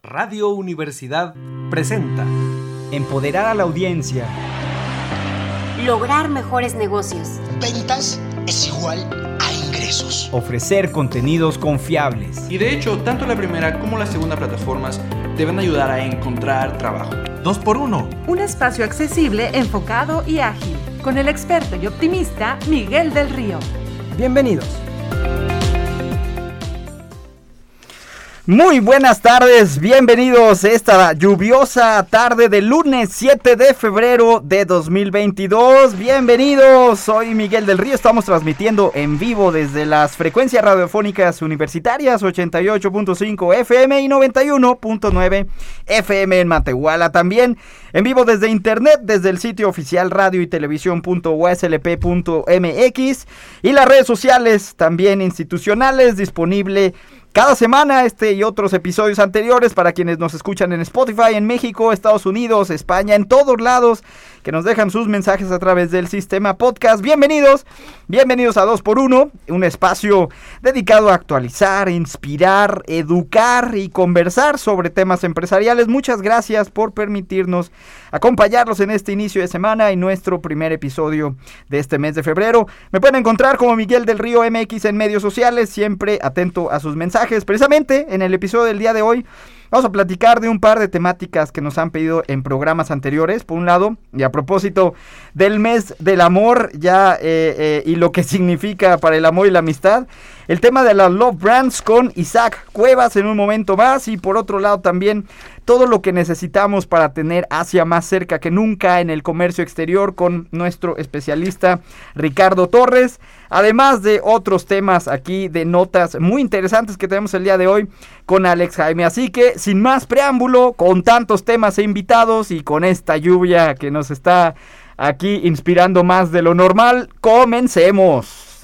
Radio Universidad presenta Empoderar a la audiencia. Lograr mejores negocios. Ventas es igual a ingresos. Ofrecer contenidos confiables. Y de hecho, tanto la primera como la segunda plataformas deben ayudar a encontrar trabajo. 2x1. Un espacio accesible, enfocado y ágil. Con el experto y optimista Miguel del Río. Bienvenidos. Muy buenas tardes, bienvenidos a esta lluviosa tarde del lunes 7 de febrero de 2022. Bienvenidos, soy Miguel del Río, estamos transmitiendo en vivo desde las frecuencias radiofónicas universitarias 88.5 FM y 91.9 FM en Matehuala. También en vivo desde internet, desde el sitio oficial radio y televisión.uslp.mx y las redes sociales también institucionales, disponible cada semana este y otros episodios anteriores para quienes nos escuchan en Spotify, en México, Estados Unidos, España, en todos lados, que nos dejan sus mensajes a través del sistema podcast. Bienvenidos a 2x1, un espacio dedicado a actualizar, inspirar, educar y conversar sobre temas empresariales. Muchas gracias por permitirnos acompañarlos en este inicio de semana y nuestro primer episodio de este mes de febrero. Me pueden encontrar como Miguel del Río MX en medios sociales, siempre atento a sus mensajes. Precisamente en el episodio del día de hoy vamos a platicar de un par de temáticas que nos han pedido en programas anteriores. Por un lado, y a propósito del mes del amor y lo que significa para el amor y la amistad, el tema de las Love Brands con Isaac Cuevas en un momento más. Y por otro lado también todo lo que necesitamos para tener Asia más cerca que nunca en el comercio exterior con nuestro especialista Ricardo Torres. Además de otros temas aquí de notas muy interesantes que tenemos el día de hoy con Alex Jaime. Así que sin más preámbulo, con tantos temas e invitados y con esta lluvia que nos está aquí inspirando más de lo normal, comencemos.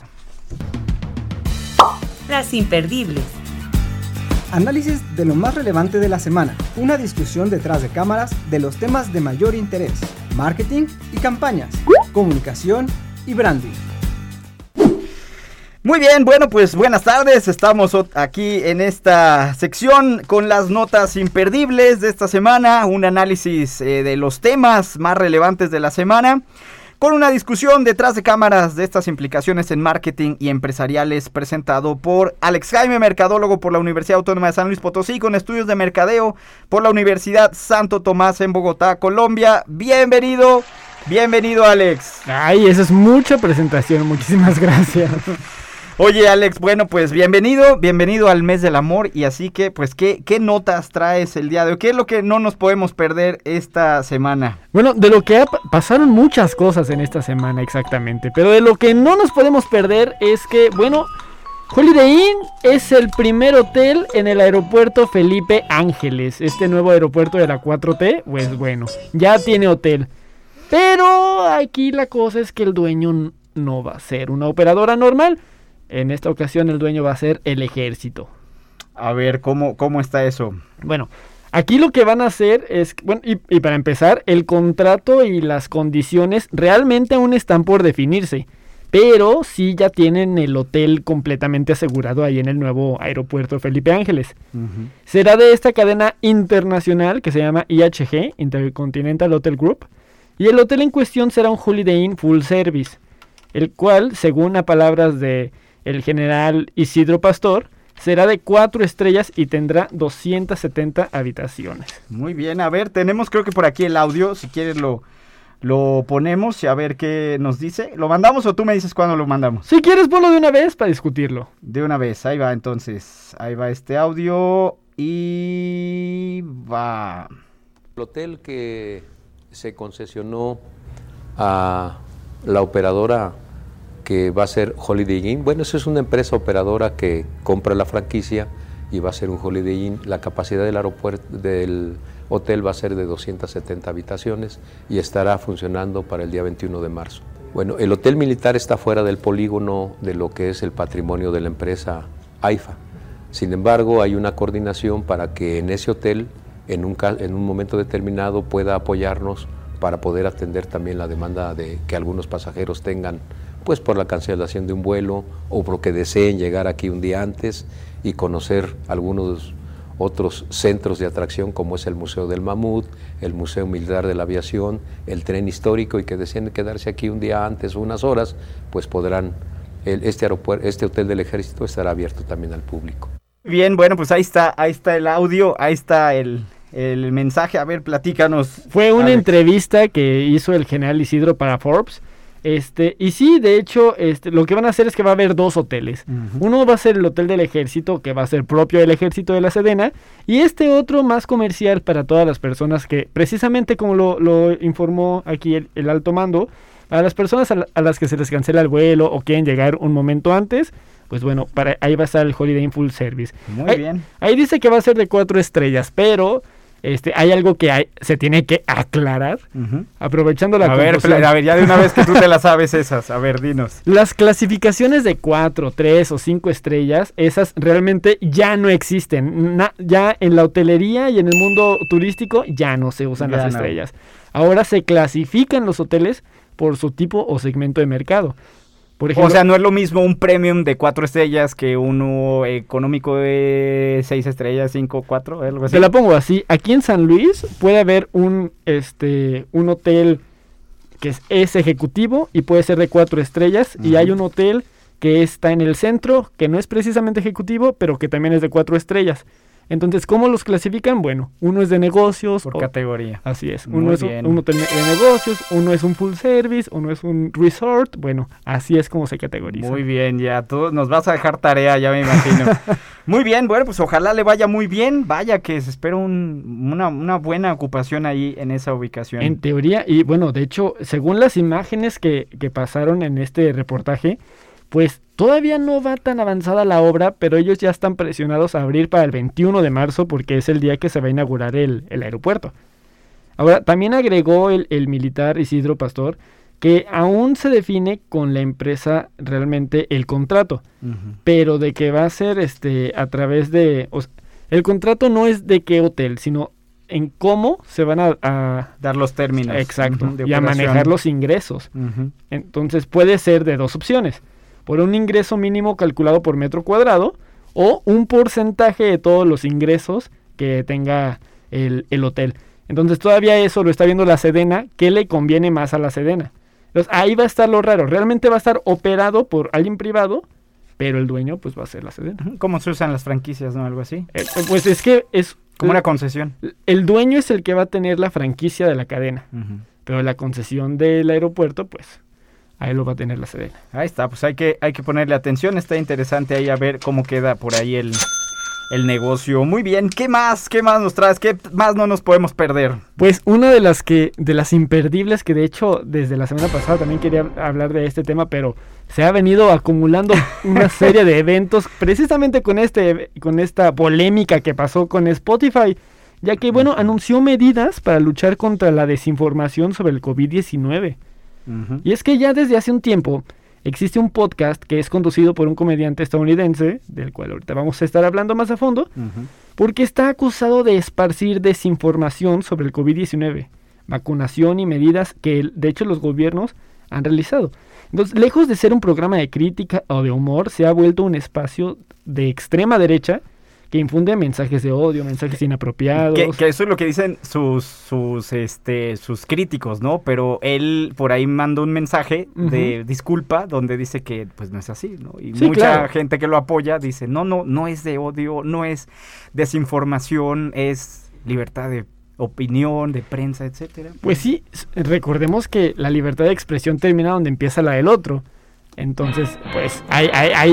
Las imperdibles. Análisis de lo más relevante de la semana. Una discusión detrás de cámaras de los temas de mayor interés. Marketing y campañas. Comunicación y branding. Muy bien, bueno, pues buenas tardes, estamos aquí en esta sección con las notas imperdibles de esta semana, un análisis de los temas más relevantes de la semana, con una discusión detrás de cámaras de estas implicaciones en marketing y empresariales presentado por Alex Jaime, mercadólogo por la Universidad Autónoma de San Luis Potosí, con estudios de mercadeo por la Universidad Santo Tomás en Bogotá, Colombia. Bienvenido Alex. Ay, esa es mucha presentación, muchísimas gracias. Oye Alex, bueno pues bienvenido al mes del amor y así que pues ¿qué notas traes el día de hoy? ¿Qué es lo que no nos podemos perder esta semana? Bueno, de lo que pasaron muchas cosas en esta semana exactamente, pero de lo que no nos podemos perder es que, bueno, Holiday Inn es el primer hotel en el aeropuerto Felipe Ángeles, este nuevo aeropuerto de la 4T, pues bueno, ya tiene hotel, pero aquí la cosa es que el dueño no va a ser una operadora normal. En esta ocasión el dueño va a ser el ejército. A ver, ¿cómo está eso? Bueno, aquí lo que van a hacer es, bueno, y para empezar, el contrato y las condiciones realmente aún están por definirse, pero sí ya tienen el hotel completamente asegurado ahí en el nuevo aeropuerto Felipe Ángeles. Uh-huh. Será de esta cadena internacional que se llama IHG, Intercontinental Hotel Group, y el hotel en cuestión será un Holiday Inn Full Service, el cual, según a palabras de el general Isidro Pastor, será de 4 estrellas y tendrá 270 habitaciones. Muy bien, a ver, tenemos creo que por aquí el audio, si quieres lo ponemos y a ver qué nos dice. ¿Lo mandamos o tú me dices cuándo lo mandamos? Si quieres ponlo de una vez para discutirlo. De una vez, ahí va entonces, ahí va este audio y va. El hotel que se concesionó a la operadora que va a ser Holiday Inn, bueno, eso es una empresa operadora que compra la franquicia y va a ser un Holiday Inn. La capacidad del hotel va a ser de 270 habitaciones y estará funcionando para el día 21 de marzo. Bueno, el hotel militar está fuera del polígono de lo que es el patrimonio de la empresa AIFA. Sin embargo, hay una coordinación para que en ese hotel, en un momento determinado, pueda apoyarnos para poder atender también la demanda de que algunos pasajeros tengan, pues por la cancelación de un vuelo o porque deseen llegar aquí un día antes y conocer algunos otros centros de atracción como es el Museo del Mamut, el Museo Militar de la Aviación, el tren histórico, y que deseen quedarse aquí un día antes o unas horas, pues podrán, este hotel del Ejército estará abierto también al público. Bien, bueno, pues ahí está el audio, ahí está el mensaje. A ver, platícanos. Fue una Alex. entrevista que hizo el general Isidro para Forbes. Y sí, de hecho, lo que van a hacer es que va a haber 2 hoteles. Uh-huh. Uno va a ser el Hotel del Ejército, que va a ser propio del Ejército de la Sedena, y otro más comercial para todas las personas que, precisamente como lo informó aquí el alto mando, a las personas a las que se les cancela el vuelo o quieren llegar un momento antes, pues bueno, ahí va a estar el Holiday Inn Full Service. Muy bien. Ahí dice que va a ser de 4 estrellas, pero... hay algo que se tiene que aclarar, aprovechando la confusión. A ver, ya de una vez que tú te las sabes esas, a ver, dinos. Las clasificaciones de 4, 3 o 5 estrellas, esas realmente ya no existen. Ya en la hotelería y en el mundo turístico ya no se usan las estrellas. Ahora se clasifican los hoteles por su tipo o segmento de mercado. Por ejemplo, o sea, no es lo mismo un premium de 4 estrellas que uno económico de 6 estrellas, 5, 4, algo así. Te la pongo así. Aquí en San Luis puede haber un hotel que es ejecutivo y puede ser de 4 estrellas. Uh-huh. Y hay un hotel que está en el centro, que no es precisamente ejecutivo, pero que también es de 4 estrellas. Entonces, ¿cómo los clasifican? Bueno, uno es de negocios. Por categoría. Así es. Uno es un hotel de negocios, uno es un full service, uno es un resort. Bueno, así es como se categoriza. Muy bien, ya tú nos vas a dejar tarea, ya me imagino. Muy bien, bueno, pues ojalá le vaya muy bien. Vaya que se espera una buena ocupación ahí en esa ubicación. En teoría, y bueno, de hecho, según las imágenes que pasaron en este reportaje, pues todavía no va tan avanzada la obra, pero ellos ya están presionados a abrir para el 21 de marzo porque es el día que se va a inaugurar el aeropuerto. Ahora, también agregó el militar Isidro Pastor que aún se define con la empresa realmente el contrato, pero de que va a ser a través de... el contrato no es de qué hotel, sino en cómo se van a dar los términos. Exacto, y a manejar los ingresos. Entonces puede ser de 2 opciones. Por un ingreso mínimo calculado por metro cuadrado o un porcentaje de todos los ingresos que tenga el hotel. Entonces todavía eso lo está viendo la Sedena, ¿qué le conviene más a la Sedena? Entonces ahí va a estar lo raro, realmente va a estar operado por alguien privado, pero el dueño pues va a ser la Sedena. ¿Cómo se usan las franquicias, no? Algo así. Pues es que es... como una concesión. El dueño es el que va a tener la franquicia de la cadena, pero la concesión del aeropuerto pues... ahí lo va a tener la Sedena. Ahí está, pues hay que ponerle atención. Está interesante ahí a ver cómo queda por ahí el negocio. Muy bien, ¿qué más nos traes? ¿Qué más no nos podemos perder? Pues una de las imperdibles que de hecho desde la semana pasada también quería hablar de este tema, pero se ha venido acumulando una serie de eventos precisamente con esta polémica que pasó con Spotify, ya que bueno, anunció medidas para luchar contra la desinformación sobre el COVID-19. Y es que ya desde hace un tiempo existe un podcast que es conducido por un comediante estadounidense, del cual ahorita vamos a estar hablando más a fondo, porque está acusado de esparcir desinformación sobre el COVID-19, vacunación y medidas que de hecho los gobiernos han realizado. Entonces, lejos de ser un programa de crítica o de humor, se ha vuelto un espacio de extrema derecha que infunde mensajes de odio, mensajes inapropiados. Que eso es lo que dicen sus críticos, ¿no? Pero él por ahí mandó un mensaje de disculpa donde dice que pues no es así, ¿no? Y sí, mucha gente que lo apoya dice, no es de odio, no es desinformación, es libertad de opinión, de prensa, etcétera. Pues sí, recordemos que la libertad de expresión termina donde empieza la del otro. Entonces, pues, ahí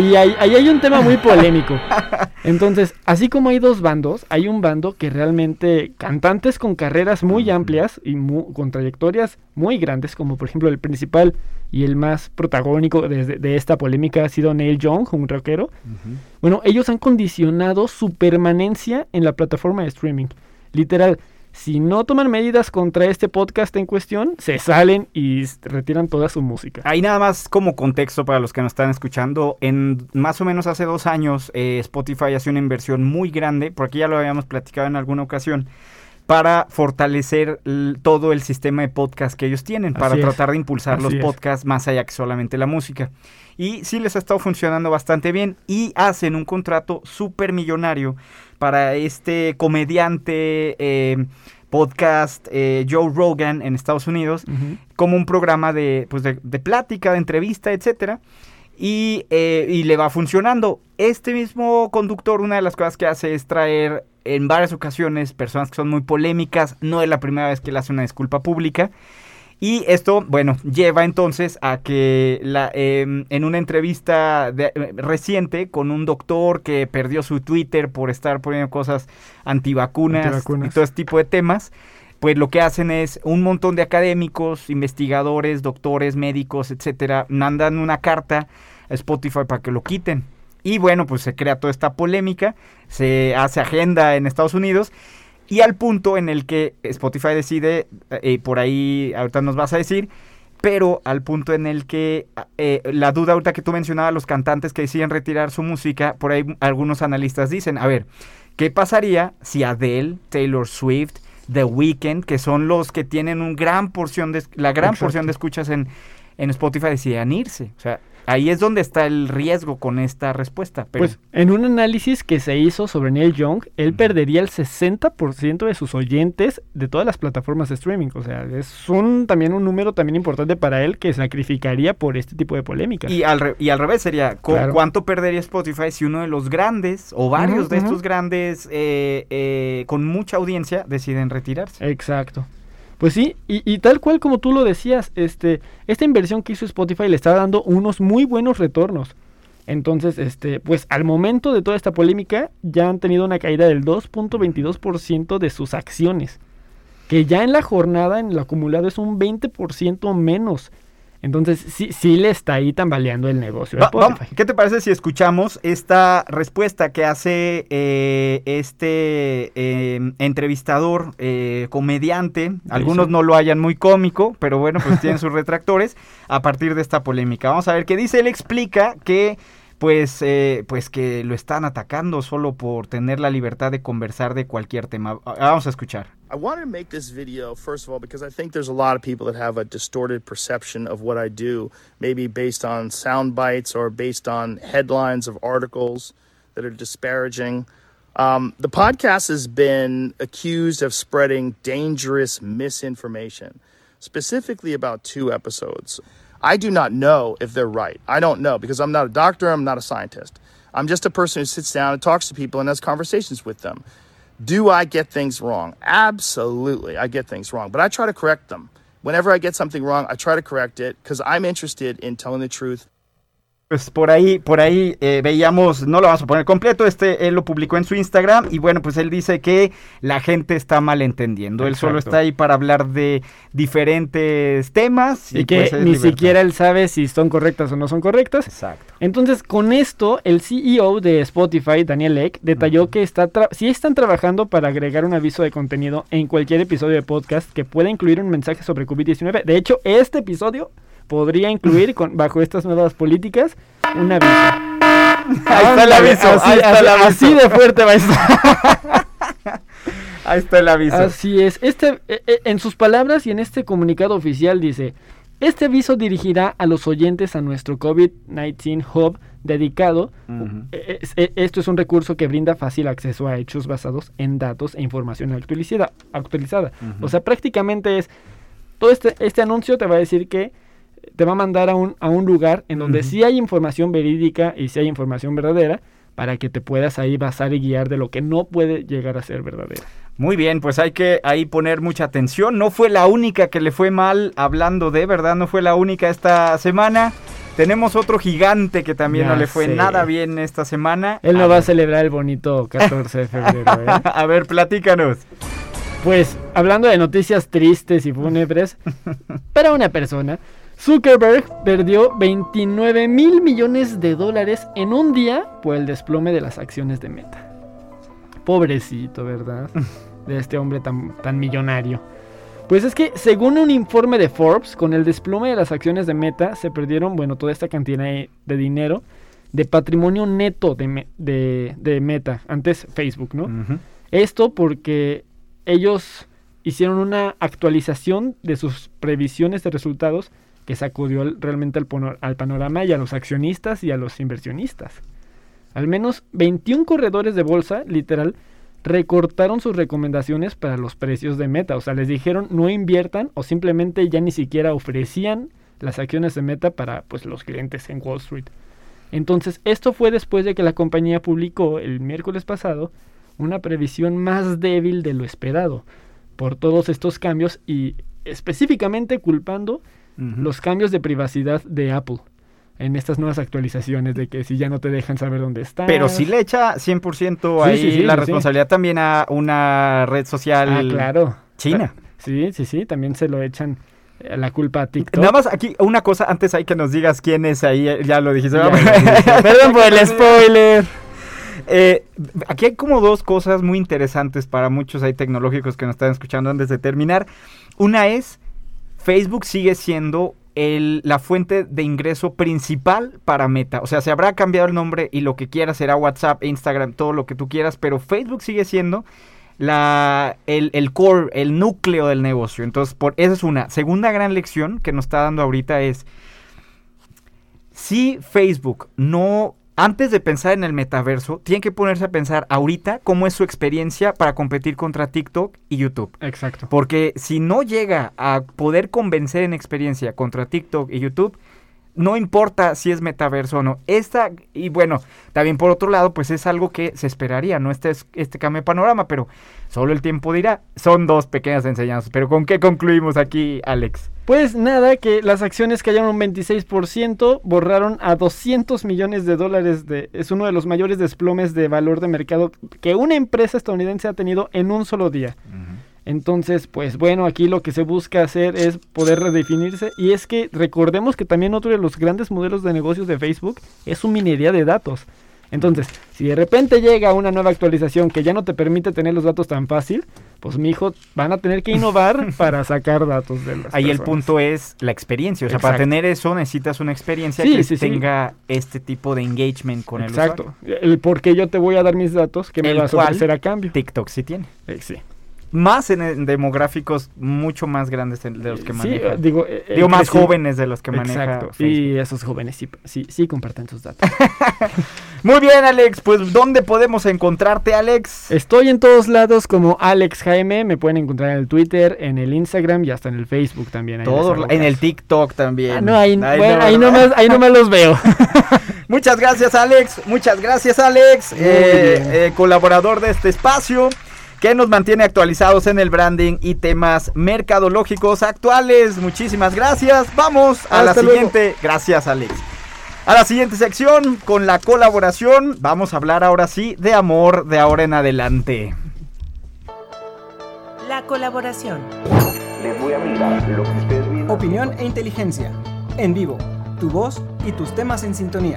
hay un tema muy polémico. Entonces, así como hay 2 bandos, hay un bando que realmente cantantes con carreras muy amplias y con trayectorias muy grandes, como por ejemplo el principal y el más protagónico de esta polémica ha sido Neil Young, un rockero. Bueno, ellos han condicionado su permanencia en la plataforma de streaming. Literal, si no toman medidas contra este podcast en cuestión, se salen y retiran toda su música. Ahí nada más como contexto para los que nos están escuchando, en más o menos hace 2 años Spotify hace una inversión muy grande, por aquí ya lo habíamos platicado en alguna ocasión, para fortalecer todo el sistema de podcast que ellos tienen, para tratar de impulsar los podcasts más allá que solamente la música. Y sí les ha estado funcionando bastante bien y hacen un contrato súper millonario para este comediante podcast Joe Rogan en Estados Unidos, como un programa de plática, de entrevista, etcétera. Y le va funcionando. Este mismo conductor, una de las cosas que hace es traer en varias ocasiones personas que son muy polémicas. No es la primera vez que le hace una disculpa pública. Y esto, bueno, lleva entonces a que en una entrevista reciente con un doctor que perdió su Twitter por estar poniendo cosas antivacunas y todo este tipo de temas, pues lo que hacen es un montón de académicos, investigadores, doctores, médicos, etcétera, mandan una carta a Spotify para que lo quiten. Y bueno, pues se crea toda esta polémica, se hace agenda en Estados Unidos, y al punto en el que Spotify decide, por ahí ahorita nos vas a decir, pero al punto en el que la duda ahorita que tú mencionabas, los cantantes que deciden retirar su música, por ahí algunos analistas dicen, a ver, ¿qué pasaría si Adele, Taylor Swift, The Weeknd, que son los que tienen la gran porción de escuchas en Spotify, deciden irse? O sea, ahí es donde está el riesgo con esta respuesta. Pero... Pues en un análisis que se hizo sobre Neil Young, él perdería el 60% de sus oyentes de todas las plataformas de streaming. O sea, es también un número también importante para él que sacrificaría por este tipo de polémica. Y al revés sería, ¿cuánto perdería Spotify si uno de los grandes o varios de estos grandes con mucha audiencia deciden retirarse? Exacto. Pues sí, y tal cual como tú lo decías, esta inversión que hizo Spotify le está dando unos muy buenos retornos. Entonces, pues al momento de toda esta polémica ya han tenido una caída del 2.22% de sus acciones, que ya en la jornada, en lo acumulado, es un 20% menos. Entonces, sí le está ahí tambaleando el negocio de Spotify. ¿Qué te parece si escuchamos esta respuesta que hace entrevistador, comediante? Algunos no lo hallan muy cómico, pero bueno, pues tienen sus retractores a partir de esta polémica. Vamos a ver qué dice. Él explica que pues que lo están atacando solo por tener la libertad de conversar de cualquier tema. Vamos a escuchar. I wanted to make this video, first of all, because I think there's a lot of people that have a distorted perception of what I do, maybe based on sound bites or based on headlines of articles that are disparaging. The podcast has been accused of spreading dangerous misinformation, specifically about 2 episodes. I do not know if they're right. I don't know, because I'm not a doctor, I'm not a scientist. I'm just a person who sits down and talks to people and has conversations with them. Do I get things wrong? Absolutely, I get things wrong, but I try to correct them. Whenever I get something wrong, I try to correct it because I'm interested in telling the truth. Pues por ahí veíamos, no lo vamos a poner completo, él lo publicó en su Instagram y bueno, pues él dice que la gente está malentendiendo. Exacto. Él solo está ahí para hablar de diferentes temas. Y que pues ni siquiera él sabe si son correctas o no son correctas. Exacto. Entonces, con esto, el CEO de Spotify, Daniel Ek, detalló que sí están trabajando para agregar un aviso de contenido en cualquier episodio de podcast que pueda incluir un mensaje sobre COVID-19. De hecho, este episodio podría incluir, bajo estas nuevas políticas, un aviso. Ahí está el aviso. Así de fuerte va a estar. Ahí está el aviso. Así es. En sus palabras y en este comunicado oficial dice: este aviso dirigirá a los oyentes a nuestro COVID-19 Hub dedicado. Esto es un recurso que brinda fácil acceso a hechos basados en datos e información actualizada. O sea, prácticamente es todo este anuncio te va a decir que te va a mandar a un lugar en donde sí hay información verídica y sí hay información verdadera, para que te puedas ahí basar y guiar de lo que no puede llegar a ser verdadero. Muy bien, pues hay que ahí poner mucha atención. No fue la única que le fue mal, hablando de verdad, no fue la única esta semana. Tenemos otro gigante que también no le fue nada bien esta semana. Él no va a celebrar el bonito 14 de febrero, ¿eh? A ver, platícanos. Pues, hablando de noticias tristes y fúnebres, para una persona, Zuckerberg perdió $29 mil millones en un día por el desplome de las acciones de Meta. Pobrecito, ¿verdad? De este hombre tan millonario. Pues es que, según un informe de Forbes, con el desplome de las acciones de Meta, se perdieron, toda esta cantidad de dinero de patrimonio neto de Meta, antes Facebook, ¿no? Esto porque ellos hicieron una actualización de sus previsiones de resultados que sacudió realmente al panorama y a los accionistas y a los inversionistas. Al menos 21 corredores de bolsa, literal, recortaron sus recomendaciones para los precios de Meta. O sea, les dijeron no inviertan o simplemente ya ni siquiera ofrecían las acciones de Meta para pues los clientes en Wall Street. Entonces, esto fue después de que la compañía publicó el miércoles pasado una previsión más débil de lo esperado por todos estos cambios y específicamente culpando los cambios de privacidad de Apple en estas nuevas actualizaciones de que si ya no te dejan saber dónde estás. Pero sí le echa 100% ahí la responsabilidad también a una red social claro. China. Sí, también se lo echan la culpa a TikTok. Nada más aquí una cosa, antes hay que nos digas quién es ahí, ya lo dijiste. Perdón por el spoiler. Aquí hay como dos cosas muy interesantes para muchos ahí tecnológicos que nos están escuchando antes de terminar. Una es, Facebook sigue siendo la fuente de ingreso principal para Meta. O sea, se habrá cambiado el nombre y lo que quieras será WhatsApp, Instagram, todo lo que tú quieras, pero Facebook sigue siendo el core, el núcleo del negocio. Entonces, esa es una. Segunda gran lección que nos está dando ahorita es, si Facebook no... Antes de pensar en el metaverso, tiene que ponerse a pensar ahorita cómo es su experiencia para competir contra TikTok y YouTube. Exacto. Porque si no llega a poder convencer en experiencia contra TikTok y YouTube, no importa si es metaverso o no. Y bueno, también por otro lado, pues es algo que se esperaría, ¿no? Este cambio de panorama, pero solo el tiempo dirá. Son dos pequeñas enseñanzas, pero ¿con qué concluimos aquí, Alex? Pues nada, que las acciones cayeron un 26%, borraron a $200 millones. Es uno de los mayores desplomes de valor de mercado que una empresa estadounidense ha tenido en un solo día. Entonces, pues bueno, aquí lo que se busca hacer es poder redefinirse. Y es que recordemos que también otro de los grandes modelos de negocios de Facebook es su minería de datos. Entonces, si de repente llega una nueva actualización que ya no te permite tener los datos tan fácil, pues mijo, van a tener que innovar para sacar datos de las Ahí personas. El punto es la experiencia. O sea, Exacto. para tener eso necesitas una experiencia que tenga este tipo de engagement con el usuario. Exacto. El por qué yo te voy a dar mis datos, que me vas a ofrecer a cambio. TikTok sí tiene. Sí. Más en demográficos mucho más grandes de los que maneja. Digo más jóvenes de los que maneja. Exacto. Y esos jóvenes sí comparten sus datos. Muy bien, Alex. Pues, ¿dónde podemos encontrarte, Alex? Estoy en todos lados como Alex Jaime. Me pueden encontrar en el Twitter, en el Instagram y hasta en el Facebook también. En el TikTok también. Ahí nomás los veo. Muchas gracias, Alex. Colaborador de este espacio, que nos mantiene actualizados en el branding y temas mercadológicos actuales. Muchísimas gracias. Vamos a la siguiente. Gracias, Alex. A la siguiente sección, con la colaboración, vamos a hablar ahora sí de amor de ahora en adelante. La colaboración. Les voy a brindar lo que ustedes vienen. Opinión e inteligencia. En vivo. Tu voz y tus temas en sintonía.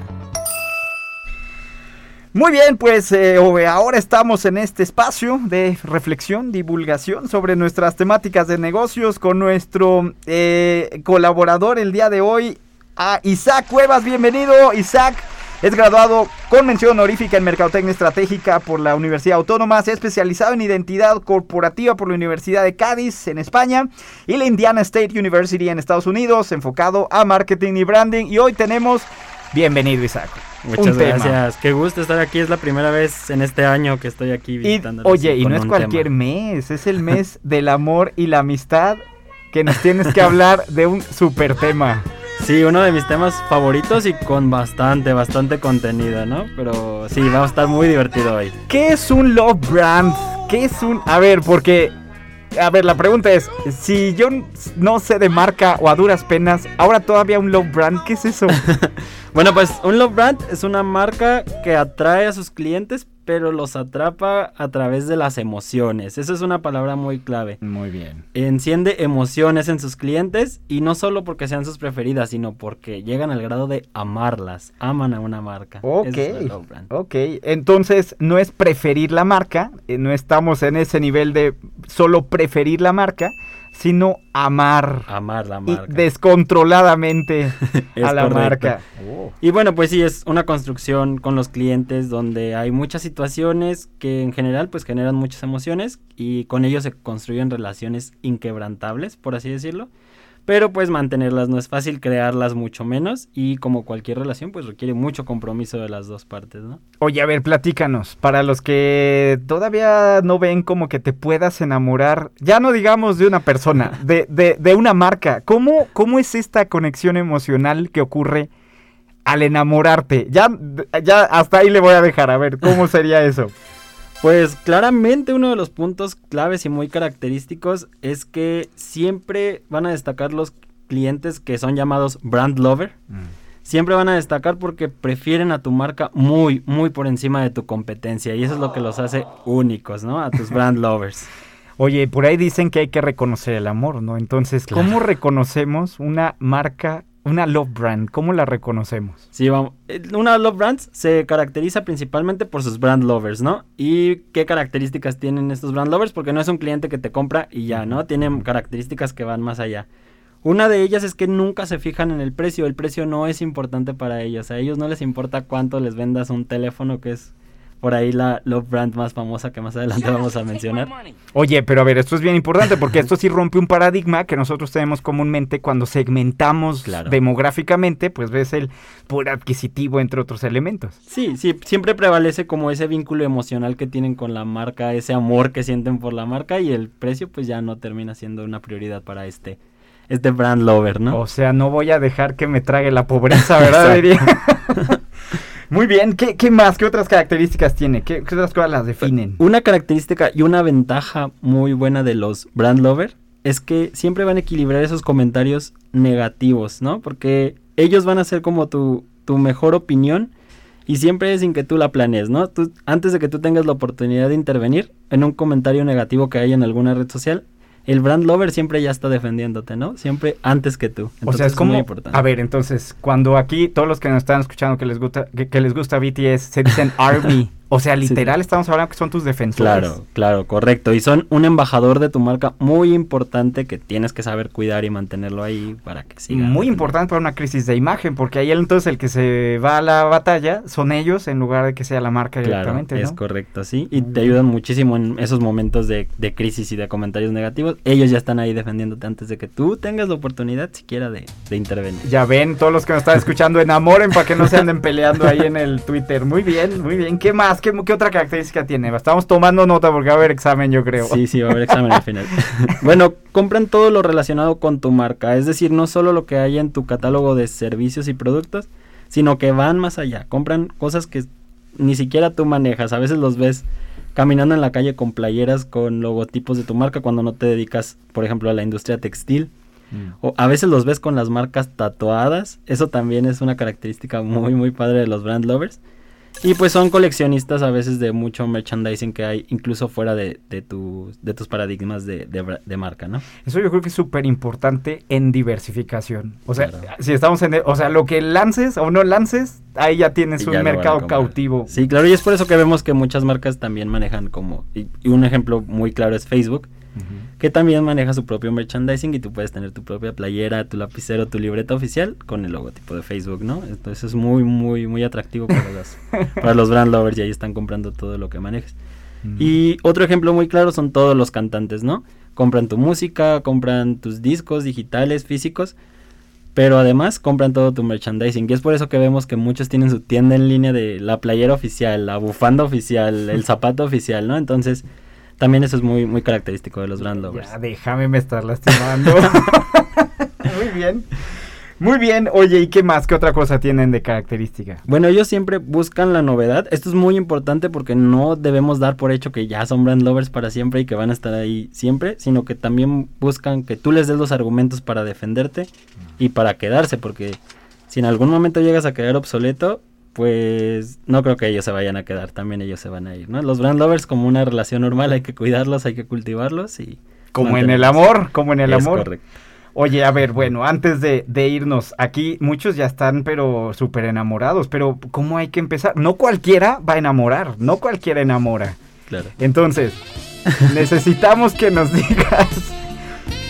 Muy bien, pues ahora estamos en este espacio de reflexión, divulgación sobre nuestras temáticas de negocios con nuestro colaborador el día de hoy, a Isaac Cuevas. Bienvenido, Isaac. Es graduado con mención honorífica en Mercadotecnia Estratégica por la Universidad Autónoma, se ha especializado en identidad corporativa por la Universidad de Cádiz en España y la Indiana State University en Estados Unidos, enfocado a marketing y branding. Y hoy tenemos... Bienvenido, Isaac. Muchas gracias. Qué gusto estar aquí. Es la primera vez en este año que estoy aquí visitándoles. Oye, y no es cualquier mes, es el mes del amor y la amistad, que nos tienes que hablar de un súper tema. Sí, uno de mis temas favoritos y con bastante contenido, ¿no? Pero sí, va a estar muy divertido hoy. ¿Qué es un love brand? ¿Qué es un...? A ver, la pregunta es, si yo no sé de marca o a duras penas, ahora todavía un love brand, ¿qué es eso? Bueno, pues un love brand es una marca que atrae a sus clientes, pero los atrapa a través de las emociones. Esa es una palabra muy clave. Muy bien. Enciende emociones en sus clientes y no solo porque sean sus preferidas, sino porque llegan al grado de amarlas. Aman a una marca. Ok. Entonces no es preferir la marca, no estamos en ese nivel de solo preferir la marca, sino amar. Amar la marca. Y descontroladamente a la correcto. marca. Y bueno, pues sí, es una construcción con los clientes donde hay muchas situaciones que en general pues generan muchas emociones y con ellos se construyen relaciones inquebrantables, por así decirlo. Pero pues mantenerlas no es fácil, crearlas mucho menos, y como cualquier relación pues requiere mucho compromiso de las dos partes, ¿no? Oye, a ver, platícanos, para los que todavía no ven como que te puedas enamorar, ya no digamos de una persona, de una marca, ¿cómo es esta conexión emocional que ocurre al enamorarte? Ya hasta ahí le voy a dejar, a ver, ¿cómo sería eso? Pues claramente uno de los puntos claves y muy característicos es que siempre van a destacar los clientes que son llamados brand lover. Siempre van a destacar porque prefieren a tu marca muy, muy por encima de tu competencia, y eso es lo que los hace únicos, ¿no? A tus brand lovers. Oye, por ahí dicen que hay que reconocer el amor, ¿no? Entonces, ¿cómo reconocemos una marca, una love brand? ¿Cómo la reconocemos? Sí, vamos. Una love brand se caracteriza principalmente por sus brand lovers, ¿no? ¿Y qué características tienen estos brand lovers? Porque no es un cliente que te compra y ya, ¿no? Tienen características que van más allá. Una de ellas es que nunca se fijan en el precio no es importante para ellos. A ellos no les importa cuánto les vendas un teléfono, que es por ahí la love brand más famosa que más adelante vamos a mencionar. Oye, pero a ver, esto es bien importante porque esto sí rompe un paradigma que nosotros tenemos comúnmente cuando segmentamos demográficamente, pues ves el poder adquisitivo entre otros elementos. Sí, siempre prevalece como ese vínculo emocional que tienen con la marca, ese amor que sienten por la marca, y el precio pues ya no termina siendo una prioridad para este brand lover, ¿no? O sea, no voy a dejar que me trague la pobreza, ¿verdad? Diría. Muy bien, ¿qué más? ¿Qué otras características tiene? ¿Qué otras cosas las definen? Una característica y una ventaja muy buena de los brand lover es que siempre van a equilibrar esos comentarios negativos, ¿no? Porque ellos van a ser como tu mejor opinión, y siempre sin que tú la planees, ¿no? Antes de que tú tengas la oportunidad de intervenir en un comentario negativo que haya en alguna red social, el brand lover siempre ya está defendiéndote, ¿no? Siempre antes que tú. Entonces, o sea, es como, muy importante. A ver, entonces, cuando aquí todos los que nos están escuchando que les gusta BTS, se dicen ARMY. O sea, literal, estamos hablando que son tus defensores. Claro, correcto. Y son un embajador de tu marca muy importante que tienes que saber cuidar y mantenerlo ahí para que siga. Muy importante para una crisis de imagen, porque ahí entonces el que se va a la batalla son ellos en lugar de que sea la marca directamente, ¿no? Es correcto, sí. Y te ayudan muchísimo en esos momentos de crisis y de comentarios negativos. Ellos ya están ahí defendiéndote antes de que tú tengas la oportunidad siquiera de intervenir. Ya ven, todos los que nos están escuchando, enamoren para que no se anden peleando ahí en el Twitter. Muy bien, muy bien. ¿Qué más? ¿Qué otra característica tiene? Estamos tomando nota porque va a haber examen, yo creo. Sí, va a haber examen al final. Bueno, compran todo lo relacionado con tu marca, es decir, no solo lo que hay en tu catálogo de servicios y productos, sino que van más allá. Compran cosas que ni siquiera tú manejas. A veces los ves caminando en la calle con playeras con logotipos de tu marca cuando no te dedicas, por ejemplo, a la industria textil. O a veces los ves con las marcas tatuadas. Eso también es una característica muy, muy padre de los brand lovers. Y pues son coleccionistas a veces de mucho merchandising que hay incluso fuera de tus paradigmas de marca, ¿no? Eso yo creo que es súper importante en diversificación. O sea, si estamos lo que lances o no lances, ahí ya tienes un mercado cautivo. Sí, claro, y es por eso que vemos que muchas marcas también manejan y un ejemplo muy claro es Facebook, que también maneja su propio merchandising, y tú puedes tener tu propia playera, tu lapicero, tu libreta oficial con el logotipo de Facebook, ¿no? Entonces es muy, muy, muy atractivo para los brand lovers, y ahí están comprando todo lo que manejes. Y otro ejemplo muy claro son todos los cantantes, ¿no? Compran tu música, compran tus discos digitales, físicos, pero además compran todo tu merchandising, y es por eso que vemos que muchos tienen su tienda en línea de la playera oficial, la bufanda oficial, el zapato oficial, ¿no? Entonces también eso es muy, muy característico de los brand lovers. Ya, déjame me estar lastimando. Muy bien. Oye, ¿y qué más? ¿Qué otra cosa tienen de característica? Bueno, ellos siempre buscan la novedad. Esto es muy importante porque no debemos dar por hecho que ya son brand lovers para siempre y que van a estar ahí siempre, sino que también buscan que tú les des los argumentos para defenderte y para quedarse, porque si en algún momento llegas a quedar obsoleto, pues no creo que ellos se vayan a quedar, también ellos se van a ir, ¿no? Los brand lovers, como una relación normal, hay que cuidarlos, hay que cultivarlos y... Como en el amor, Es correcto. Oye, a ver, bueno, antes de irnos, aquí muchos ya están pero súper enamorados, pero ¿cómo hay que empezar? No cualquiera va a enamorar, no cualquiera enamora. Claro. Entonces, necesitamos que nos digas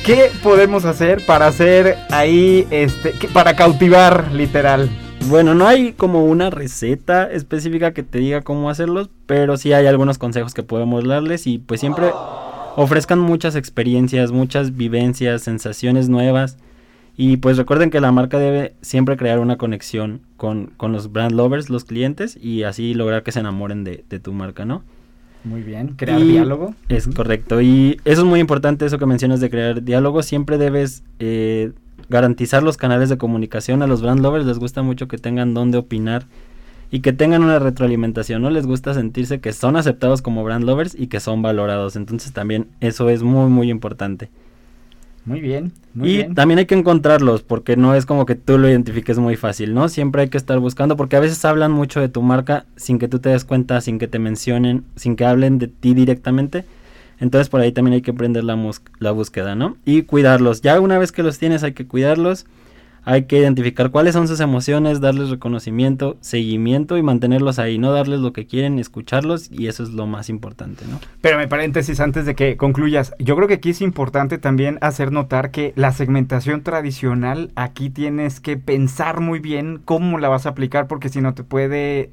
¿Qué podemos hacer para hacer ahí, para cautivar, literal? Bueno, no hay como una receta específica que te diga cómo hacerlos, pero sí hay algunos consejos que podemos darles y pues siempre ofrezcan muchas experiencias, muchas vivencias, sensaciones nuevas. Y pues recuerden que la marca debe siempre crear una conexión con los brand lovers, los clientes, y así lograr que se enamoren de tu marca, ¿no? Muy bien, crear diálogo. Es correcto, y eso es muy importante, eso que mencionas de crear diálogo. Siempre debes garantizar los canales de comunicación. A los brand lovers les gusta mucho que tengan donde opinar y que tengan una retroalimentación, ¿no? Les gusta sentirse que son aceptados como brand lovers y que son valorados, entonces también eso es muy muy importante. Muy bien. También hay que encontrarlos, porque no es como que tú lo identifiques muy fácil, ¿no? Siempre hay que estar buscando, porque a veces hablan mucho de tu marca sin que tú te des cuenta, sin que te mencionen, sin que hablen de ti directamente. Entonces por ahí también hay que aprender la búsqueda, ¿no? Y cuidarlos. Ya una vez que los tienes hay que cuidarlos. Hay que identificar cuáles son sus emociones, darles reconocimiento, seguimiento y mantenerlos ahí, no darles lo que quieren, escucharlos, y eso es lo más importante, ¿no? Pero me paréntesis antes de que concluyas, yo creo que aquí es importante también hacer notar que la segmentación tradicional, aquí tienes que pensar muy bien cómo la vas a aplicar, porque si no te puede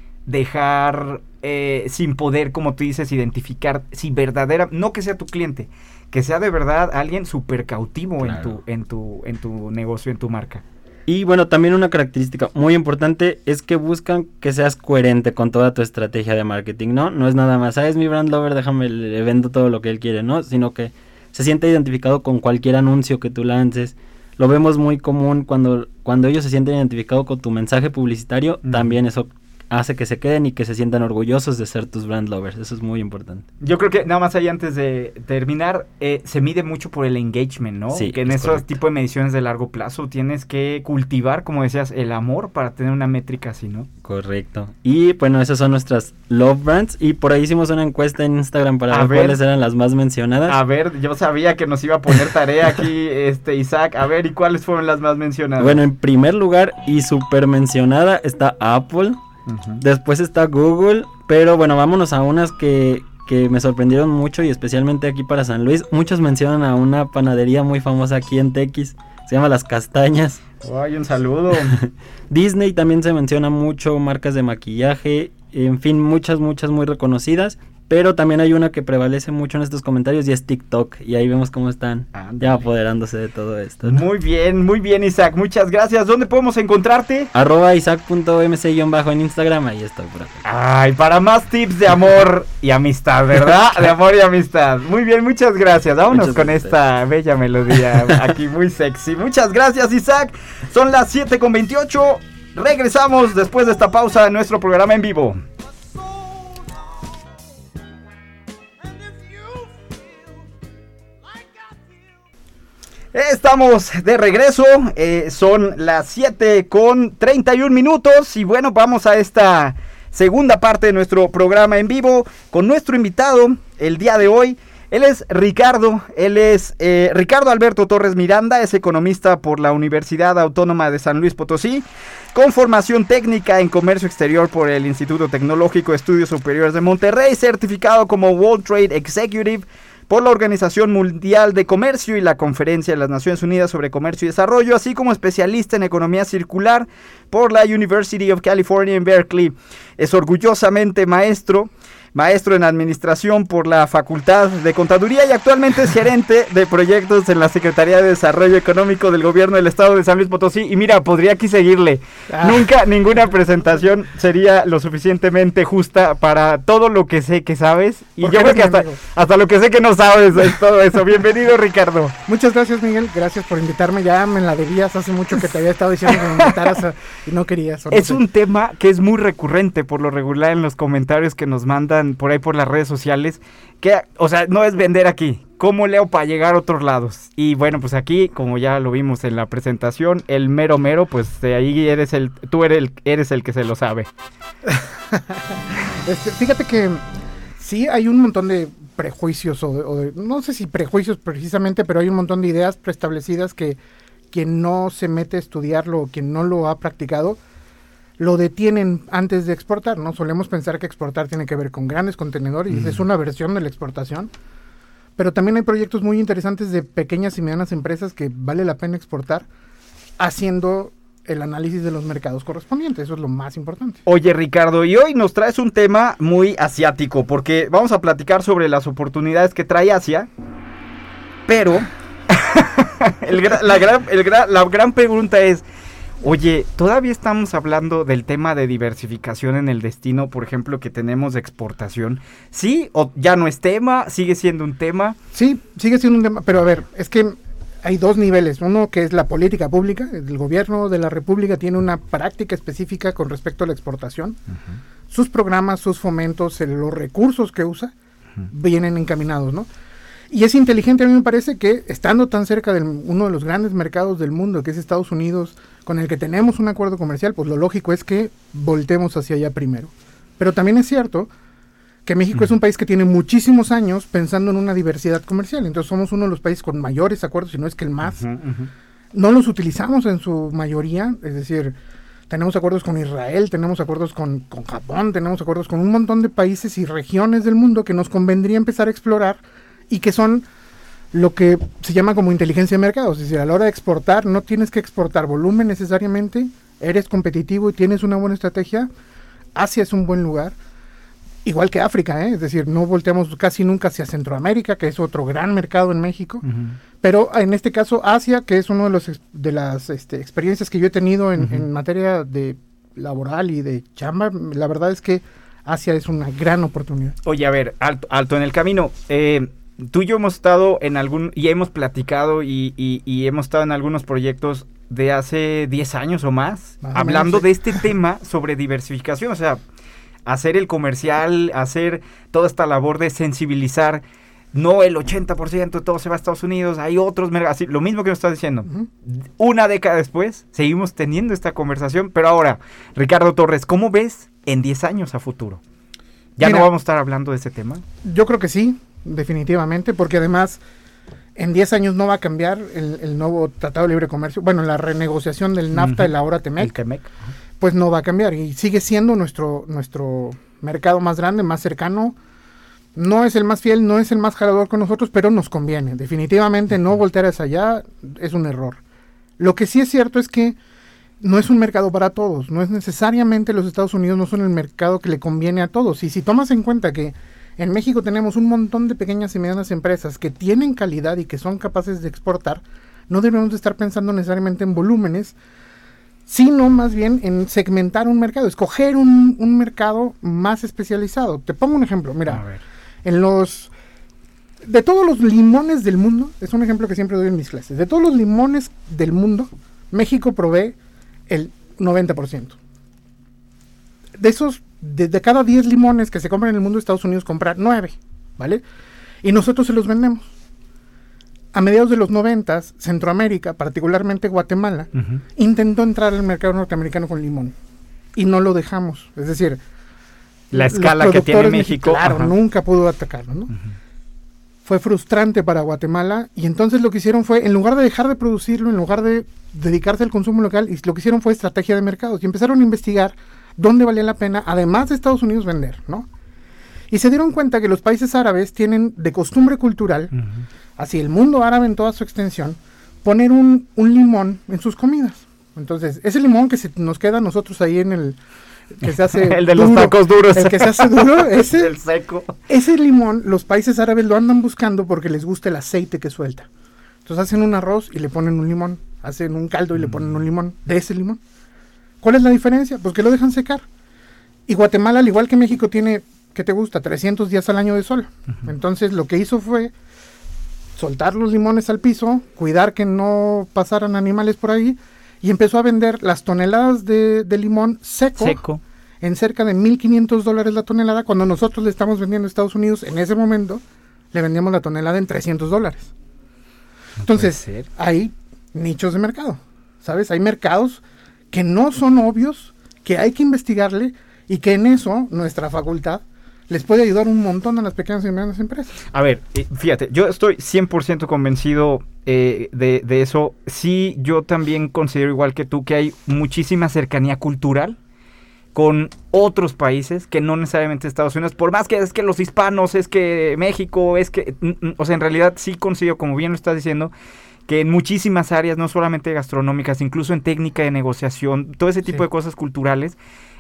dejar sin poder, como tú dices, identificar si verdadera, no que sea tu cliente, que sea de verdad alguien súper cautivo, claro, en tu negocio, en tu marca. Y bueno, también una característica muy importante es que buscan que seas coherente con toda tu estrategia de marketing, ¿no? No es nada más, es mi brand lover, déjame, le vendo todo lo que él quiere, ¿no? Sino que se siente identificado con cualquier anuncio que tú lances. Lo vemos muy común cuando ellos se sienten identificados con tu mensaje publicitario, también eso hace que se queden y que se sientan orgullosos de ser tus brand lovers. Eso es muy importante. Yo creo que nada más ahí antes de terminar, se mide mucho por el engagement, ¿no? Sí, que en esos tipos de mediciones de largo plazo tienes que cultivar, como decías, el amor para tener una métrica así, ¿no? Correcto. Y bueno, esas son nuestras love brands, y por ahí hicimos una encuesta en Instagram para ver cuáles eran las más mencionadas. A ver, yo sabía que nos iba a poner tarea aquí Isaac. A ver, ¿y cuáles fueron las más mencionadas? Bueno, en primer lugar y súper mencionada está Apple. Después está Google, pero bueno, vámonos a unas que me sorprendieron mucho, y especialmente aquí para San Luis. Muchos mencionan a una panadería muy famosa aquí en Tequis, se llama Las Castañas. ¡Ay, un saludo! Disney también se menciona mucho, marcas de maquillaje, en fin, muchas muy reconocidas. Pero también hay una que prevalece mucho en estos comentarios y es TikTok. Y ahí vemos cómo están ya apoderándose de todo esto, ¿no? Muy bien, Isaac. Muchas gracias. ¿Dónde podemos encontrarte? @isaac.mc_ en Instagram. Ahí estoy por acá. Ay, para más tips de amor y amistad, ¿verdad? De amor y amistad. Muy bien, muchas gracias. Vámonos con esta bella melodía aquí muy sexy. Muchas gracias, Isaac. Son las 7:28. Regresamos después de esta pausa en nuestro programa en vivo. Estamos de regreso, son las 7:31 y bueno, vamos a esta segunda parte de nuestro programa en vivo con nuestro invitado el día de hoy. Él es Ricardo Alberto Torres Miranda, es economista por la Universidad Autónoma de San Luis Potosí, con formación técnica en comercio exterior por el Instituto Tecnológico de Estudios Superiores de Monterrey, certificado como World Trade Executive por la Organización Mundial de Comercio y la Conferencia de las Naciones Unidas sobre Comercio y Desarrollo, así como especialista en economía circular por la University of California en Berkeley. Es orgullosamente maestro en administración por la Facultad de Contaduría y actualmente es gerente de proyectos en la Secretaría de Desarrollo Económico del Gobierno del Estado de San Luis Potosí. Y mira, podría aquí seguirle. Nunca ninguna presentación sería lo suficientemente justa para todo lo que sé que sabes. Y yo creo que hasta lo que sé que no sabes es todo eso. Bienvenido, Ricardo. Muchas gracias, Miguel. Gracias por invitarme. Ya me la debías hace mucho que te había estado diciendo que me invitaras y no querías. Es un tema que es muy recurrente por lo regular en los comentarios que nos mandan por ahí por las redes sociales, que, o sea, no es vender aquí, ¿cómo leo para llegar a otros lados? Y bueno, pues aquí, como ya lo vimos en la presentación, el mero, pues de ahí tú eres el que se lo sabe. Fíjate que sí hay un montón de prejuicios, no sé si prejuicios precisamente, pero hay un montón de ideas preestablecidas que quien no se mete a estudiarlo o quien no lo ha practicado, lo detienen antes de exportar, ¿no? Solemos pensar que exportar tiene que ver con grandes contenedores, y es una versión de la exportación, pero también hay proyectos muy interesantes de pequeñas y medianas empresas que vale la pena exportar haciendo el análisis de los mercados correspondientes. Eso es lo más importante. Oye, Ricardo, y hoy nos traes un tema muy asiático, porque vamos a platicar sobre las oportunidades que trae Asia, pero la gran pregunta es, oye, ¿todavía estamos hablando del tema de diversificación en el destino, por ejemplo, que tenemos de exportación? ¿Sí? ¿O ya no es tema? ¿Sigue siendo un tema? Sí, sigue siendo un tema, pero a ver, es que hay dos niveles. Uno que es la política pública. El gobierno de la República tiene una práctica específica con respecto a la exportación. Sus programas, sus fomentos, los recursos que usa, vienen encaminados, ¿no? Y es inteligente, a mí me parece, que estando tan cerca de uno de los grandes mercados del mundo, que es Estados Unidos, con el que tenemos un acuerdo comercial, pues lo lógico es que voltemos hacia allá primero. Pero también es cierto que México es un país que tiene muchísimos años pensando en una diversidad comercial. Entonces somos uno de los países con mayores acuerdos, si no es que el más. No los utilizamos en su mayoría, es decir, tenemos acuerdos con Israel, tenemos acuerdos con Japón, tenemos acuerdos con un montón de países y regiones del mundo que nos convendría empezar a explorar y que son lo que se llama como inteligencia de mercados. Es decir, a la hora de exportar, no tienes que exportar volumen necesariamente, eres competitivo y tienes una buena estrategia. Asia es un buen lugar, igual que África, es decir, no volteamos casi nunca hacia Centroamérica, que es otro gran mercado en México, pero en este caso Asia, que es uno de las experiencias que yo he tenido en materia de laboral y de chamba, la verdad es que Asia es una gran oportunidad. Oye, a ver, alto en el camino. Tú y yo hemos estado y hemos platicado y hemos estado en algunos proyectos de hace 10 años o más, hablando de este tema sobre diversificación, o sea, hacer el comercial, hacer toda esta labor de sensibilizar, no el 80% de todo se va a Estados Unidos, hay otros mercados, lo mismo que nos estás diciendo. Una década después, seguimos teniendo esta conversación, pero ahora, Ricardo Torres, ¿cómo ves en 10 años a futuro? ¿Ya no vamos a estar hablando de ese tema? Yo creo que sí, definitivamente, porque además en 10 años no va a cambiar el nuevo Tratado de Libre Comercio, bueno, la renegociación del NAFTA, el ahora TEMEC, pues no va a cambiar y sigue siendo nuestro mercado más grande, más cercano. No es el más fiel, no es el más jalador con nosotros, pero nos conviene. Definitivamente no voltear hacia allá es un error. Lo que sí es cierto es que no es un mercado para todos, no es necesariamente los Estados Unidos, no son el mercado que le conviene a todos. Y si tomas en cuenta que en México tenemos un montón de pequeñas y medianas empresas que tienen calidad y que son capaces de exportar, no debemos de estar pensando necesariamente en volúmenes, sino más bien en segmentar un mercado, escoger un mercado más especializado. Te pongo un ejemplo, mira, de todos los limones del mundo, es un ejemplo que siempre doy en mis clases, de todos los limones del mundo, México provee el 90%. De esos, de cada 10 limones que se compran en el mundo, Estados Unidos compra 9, ¿vale? Y nosotros se los vendemos. A mediados de los 90, Centroamérica, particularmente Guatemala, intentó entrar al mercado norteamericano con limón. Y no lo dejamos. Es decir, la escala que tiene México. Claro, nunca pudo atacarlo, ¿no? Fue frustrante para Guatemala. Y entonces lo que hicieron fue, en lugar de dejar de producirlo, en lugar de dedicarse al consumo local, lo que hicieron fue estrategia de mercados. Y empezaron a investigar dónde valía la pena, además de Estados Unidos, vender, ¿no? Y se dieron cuenta que los países árabes tienen de costumbre cultural, así el mundo árabe en toda su extensión, poner un limón en sus comidas. Entonces, ese limón que nos queda a nosotros ahí en el que se hace el de los tacos duros, el que se hace duro, el seco. Ese limón, los países árabes lo andan buscando porque les gusta el aceite que suelta. Entonces hacen un arroz y le ponen un limón, hacen un caldo y le ponen un limón, de ese limón. ¿Cuál es la diferencia? Pues que lo dejan secar. Y Guatemala, al igual que México, tiene, ¿qué te gusta? 300 días al año de sol. Entonces lo que hizo fue soltar los limones al piso, cuidar que no pasaran animales por ahí, y empezó a vender las toneladas de limón seco en cerca de $1,500 la tonelada, cuando nosotros le estamos vendiendo a Estados Unidos, en ese momento, le vendíamos la tonelada en $300. Entonces, hay nichos de mercado, ¿sabes? Hay mercados que no son obvios, que hay que investigarle, y que en eso, nuestra facultad les puede ayudar un montón a las pequeñas y medianas empresas. A ver, fíjate, yo estoy 100% convencido de eso. Sí, yo también considero, igual que tú, que hay muchísima cercanía cultural con otros países que no necesariamente Estados Unidos, por más que es que los hispanos, es que México, es que, o sea, en realidad sí considero, como bien lo estás diciendo, que en muchísimas áreas, no solamente gastronómicas, incluso en técnica de negociación, todo ese tipo de cosas culturales,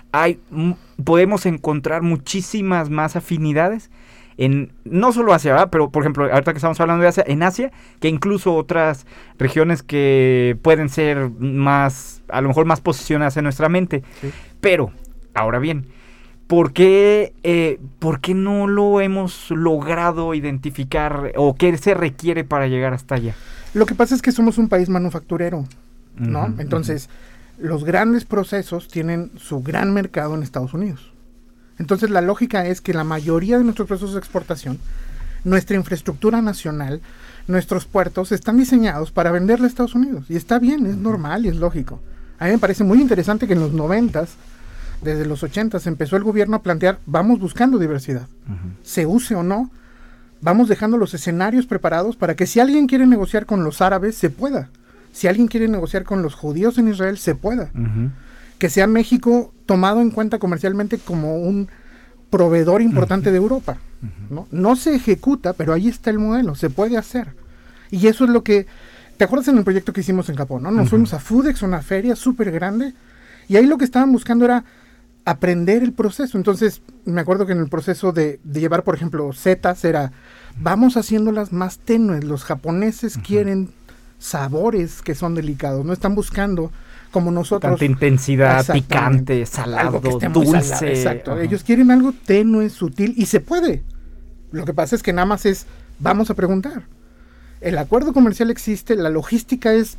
podemos encontrar muchísimas más afinidades en no solo Asia, ¿verdad? Pero por ejemplo, ahorita que estamos hablando de Asia, en Asia, que incluso otras regiones que pueden ser más, a lo mejor más posicionadas en nuestra mente. Sí. Pero, ahora bien, ¿por qué no lo hemos logrado identificar o qué se requiere para llegar hasta allá? Lo que pasa es que somos un país manufacturero, ¿no? Entonces, los grandes procesos tienen su gran mercado en Estados Unidos. Entonces, la lógica es que la mayoría de nuestros procesos de exportación, nuestra infraestructura nacional, nuestros puertos están diseñados para venderle a Estados Unidos. Y está bien, es normal y es lógico. A mí me parece muy interesante que en los 90s, desde los 80s, empezó el gobierno a plantear, vamos buscando diversidad. Se use o no, vamos dejando los escenarios preparados para que si alguien quiere negociar con los árabes, se pueda. Si alguien quiere negociar con los judíos en Israel, se pueda. Que sea México tomado en cuenta comercialmente como un proveedor importante de Europa. No se ejecuta, pero ahí está el modelo, se puede hacer. Y eso es lo que... ¿Te acuerdas en el proyecto que hicimos en Japón? ¿No? Nos fuimos a Foodex, una feria súper grande, y ahí lo que estaban buscando era aprender el proceso. Entonces, me acuerdo que en el proceso de llevar, por ejemplo, setas, era, vamos haciéndolas más tenues. Los japoneses quieren sabores que son delicados, no están buscando como nosotros. Tanta intensidad, picante, salado, dulce. Salado, exacto. Ellos quieren algo tenue, sutil, y se puede. Lo que pasa es que nada más es, vamos a preguntar. El acuerdo comercial existe, la logística es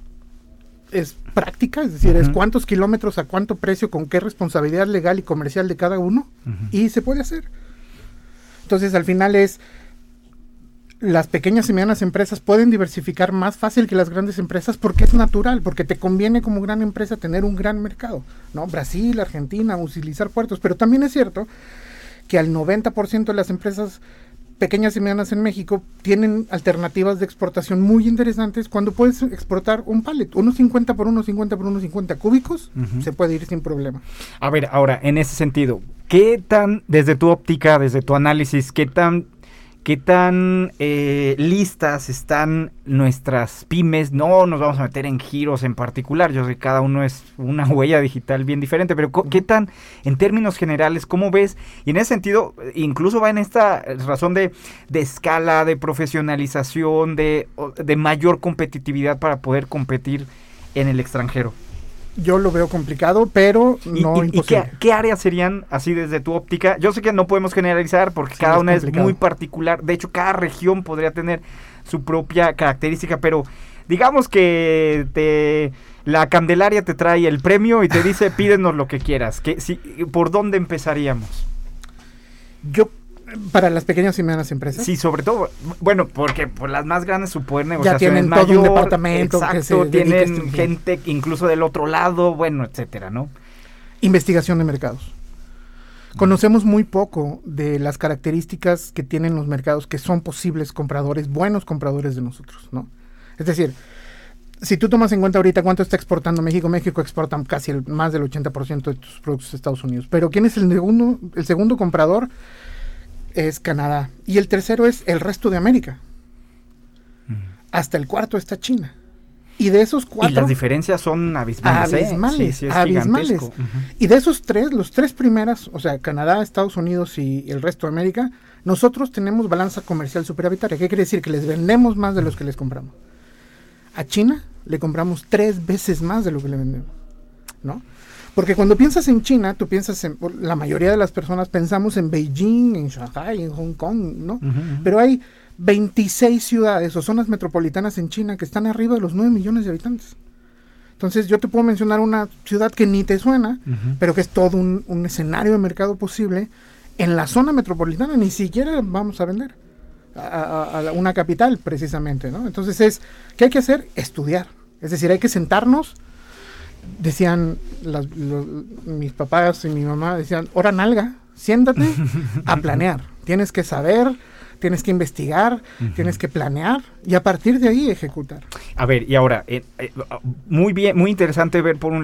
práctica, es decir, es cuántos kilómetros, a cuánto precio, con qué responsabilidad legal y comercial de cada uno, y se puede hacer. Entonces, al final las pequeñas y medianas empresas pueden diversificar más fácil que las grandes empresas porque es natural, porque te conviene como gran empresa tener un gran mercado, ¿no? Brasil, Argentina, utilizar puertos, pero también es cierto que al 90% de las empresas pequeñas y medianas en México tienen alternativas de exportación muy interesantes. Cuando puedes exportar un pallet, unos 50 por unos 50 por unos 50 cúbicos, se puede ir sin problema. A ver, ahora, en ese sentido, ¿qué tan, desde tu óptica, desde tu análisis, qué tan listas están nuestras pymes? No nos vamos a meter en giros en particular, yo sé que cada uno es una huella digital bien diferente, pero ¿qué tan, en términos generales, cómo ves? Y en ese sentido, incluso va en esta razón de escala, de profesionalización, de mayor competitividad para poder competir en el extranjero. Yo lo veo complicado, pero no imposible. ¿Y qué áreas serían, así desde tu óptica? Yo sé que no podemos generalizar porque cada una es muy particular. De hecho, cada región podría tener su propia característica, pero digamos que la Candelaria te trae el premio y te dice, pídenos lo que quieras. ¿Por dónde empezaríamos? Para las pequeñas y medianas empresas. Sí, sobre todo, bueno, porque por las más grandes su poder de negociación ya tienen es mayor, todo un departamento. Exacto, tienen gente incluso del otro lado, bueno, etcétera, ¿no? Investigación de mercados. Conocemos muy poco de las características que tienen los mercados que son posibles compradores, buenos compradores de nosotros, ¿no? Es decir, si tú tomas en cuenta ahorita cuánto está exportando México, México exporta casi más del 80% de tus productos a Estados Unidos. Pero ¿quién es el segundo comprador? Es Canadá. Y el tercero es el resto de América. Hasta el cuarto está China. Y de esos 4... Y las diferencias son abismales. Abismales. Y de esos 3, los 3 primeras, o sea, Canadá, Estados Unidos y el resto de América, nosotros tenemos balanza comercial superavitaria. ¿Qué quiere decir? Que les vendemos más de los que les compramos. A China le compramos 3 veces más de lo que le vendemos, ¿no? Porque cuando piensas en China, tú piensas en, la mayoría de las personas pensamos en Beijing, en Shanghai, en Hong Kong, ¿no? Pero hay 26 ciudades o zonas metropolitanas en China que están arriba de los 9 millones de habitantes. Entonces yo te puedo mencionar una ciudad que ni te suena, pero que es todo un escenario de mercado posible. En la zona metropolitana ni siquiera vamos a vender a una capital precisamente, ¿no? Entonces ¿qué hay que hacer? Estudiar. Es decir, hay que sentarnos. Decían mis papás y mi mamá, decían, hora nalga, siéntate a planear. Tienes que saber, tienes que investigar, tienes que planear y a partir de ahí ejecutar. A ver, y ahora, muy bien, muy interesante ver por un lado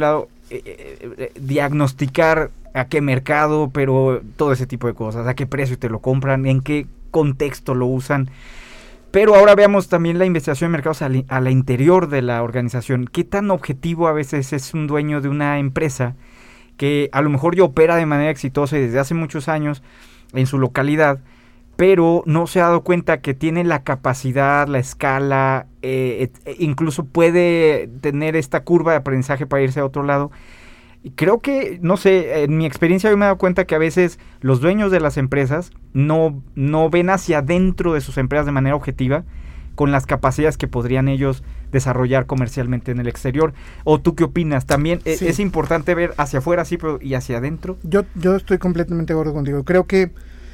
diagnosticar a qué mercado, pero todo ese tipo de cosas, a qué precio te lo compran, en qué contexto lo usan. Pero ahora veamos también la investigación de mercados a la interior de la organización. ¿Qué tan objetivo a veces es un dueño de una empresa que a lo mejor ya opera de manera exitosa y desde hace muchos años en su localidad, pero no se ha dado cuenta que tiene la capacidad, la escala, incluso puede tener esta curva de aprendizaje para irse a otro lado? Y creo que, no sé, en mi experiencia yo me he dado cuenta que a veces los dueños de las empresas no ven hacia adentro de sus empresas de manera objetiva con las capacidades que podrían ellos desarrollar comercialmente en el exterior. ¿O tú qué opinas? También sí. Es importante ver hacia afuera, sí, pero ¿y hacia adentro? Yo estoy completamente de acuerdo contigo. Creo que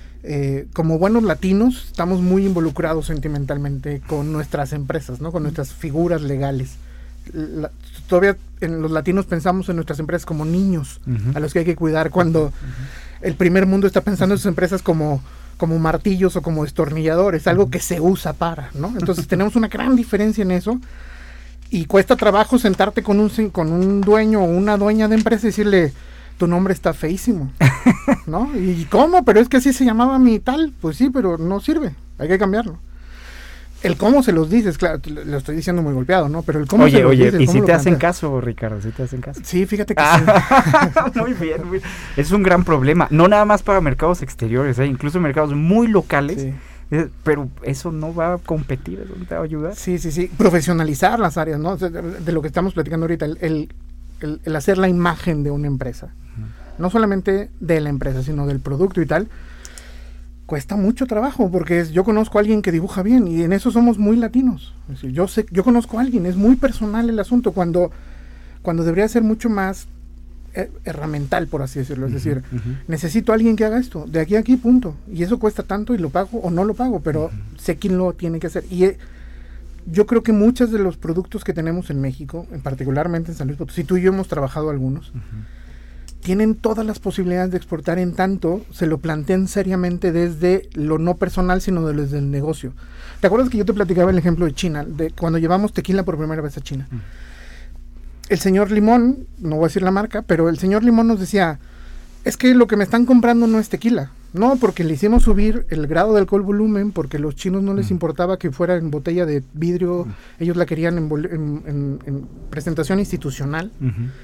como buenos latinos estamos muy involucrados sentimentalmente con nuestras empresas, ¿no? Con nuestras figuras legales. Todavía en los latinos pensamos en nuestras empresas como niños a los que hay que cuidar, cuando el primer mundo está pensando en sus empresas como martillos o como destornilladores, algo que se usa para, ¿no? Entonces tenemos una gran diferencia en eso y cuesta trabajo sentarte con un dueño o una dueña de empresa y decirle, tu nombre está feísimo, ¿no? ¿Y cómo? Pero es que así se llamaba mi tal. Pues sí, pero no sirve, hay que cambiarlo. El cómo se los dices, claro, lo estoy diciendo muy golpeado, ¿no? Pero el cómo se los dices. Oye, ¿y si te hacen caso, Ricardo? ¿Sí te hacen caso? Sí, fíjate que sí. Muy bien. Es un gran problema. No nada más para mercados exteriores, incluso mercados muy locales. Sí. Pero eso no va a competir, ¿eso no te va a ayudar? Sí. Profesionalizar las áreas, ¿no? De lo que estamos platicando ahorita, el hacer la imagen de una empresa. No solamente de la empresa, sino del producto y tal. Cuesta mucho trabajo, porque yo conozco a alguien que dibuja bien y en eso somos muy latinos. Es decir, yo conozco a alguien, es muy personal el asunto, cuando debería ser mucho más herramental, por así decirlo. Es decir, necesito a alguien que haga esto, de aquí a aquí, punto. Y eso cuesta tanto y lo pago o no lo pago, pero sé quién lo tiene que hacer. Y yo creo que muchos de los productos que tenemos en México, particularmente en San Luis Potosí, tú y yo hemos trabajado algunos, tienen todas las posibilidades de exportar, en tanto se lo plantean seriamente desde lo no personal, sino desde el negocio. ¿Te acuerdas que yo te platicaba el ejemplo de China, de cuando llevamos tequila por primera vez a China? El señor Limón, no voy a decir la marca, pero el señor Limón nos decía, es que lo que me están comprando no es tequila. No, porque le hicimos subir el grado de alcohol volumen, porque a los chinos no les importaba que fuera en botella de vidrio, ellos la querían en presentación institucional.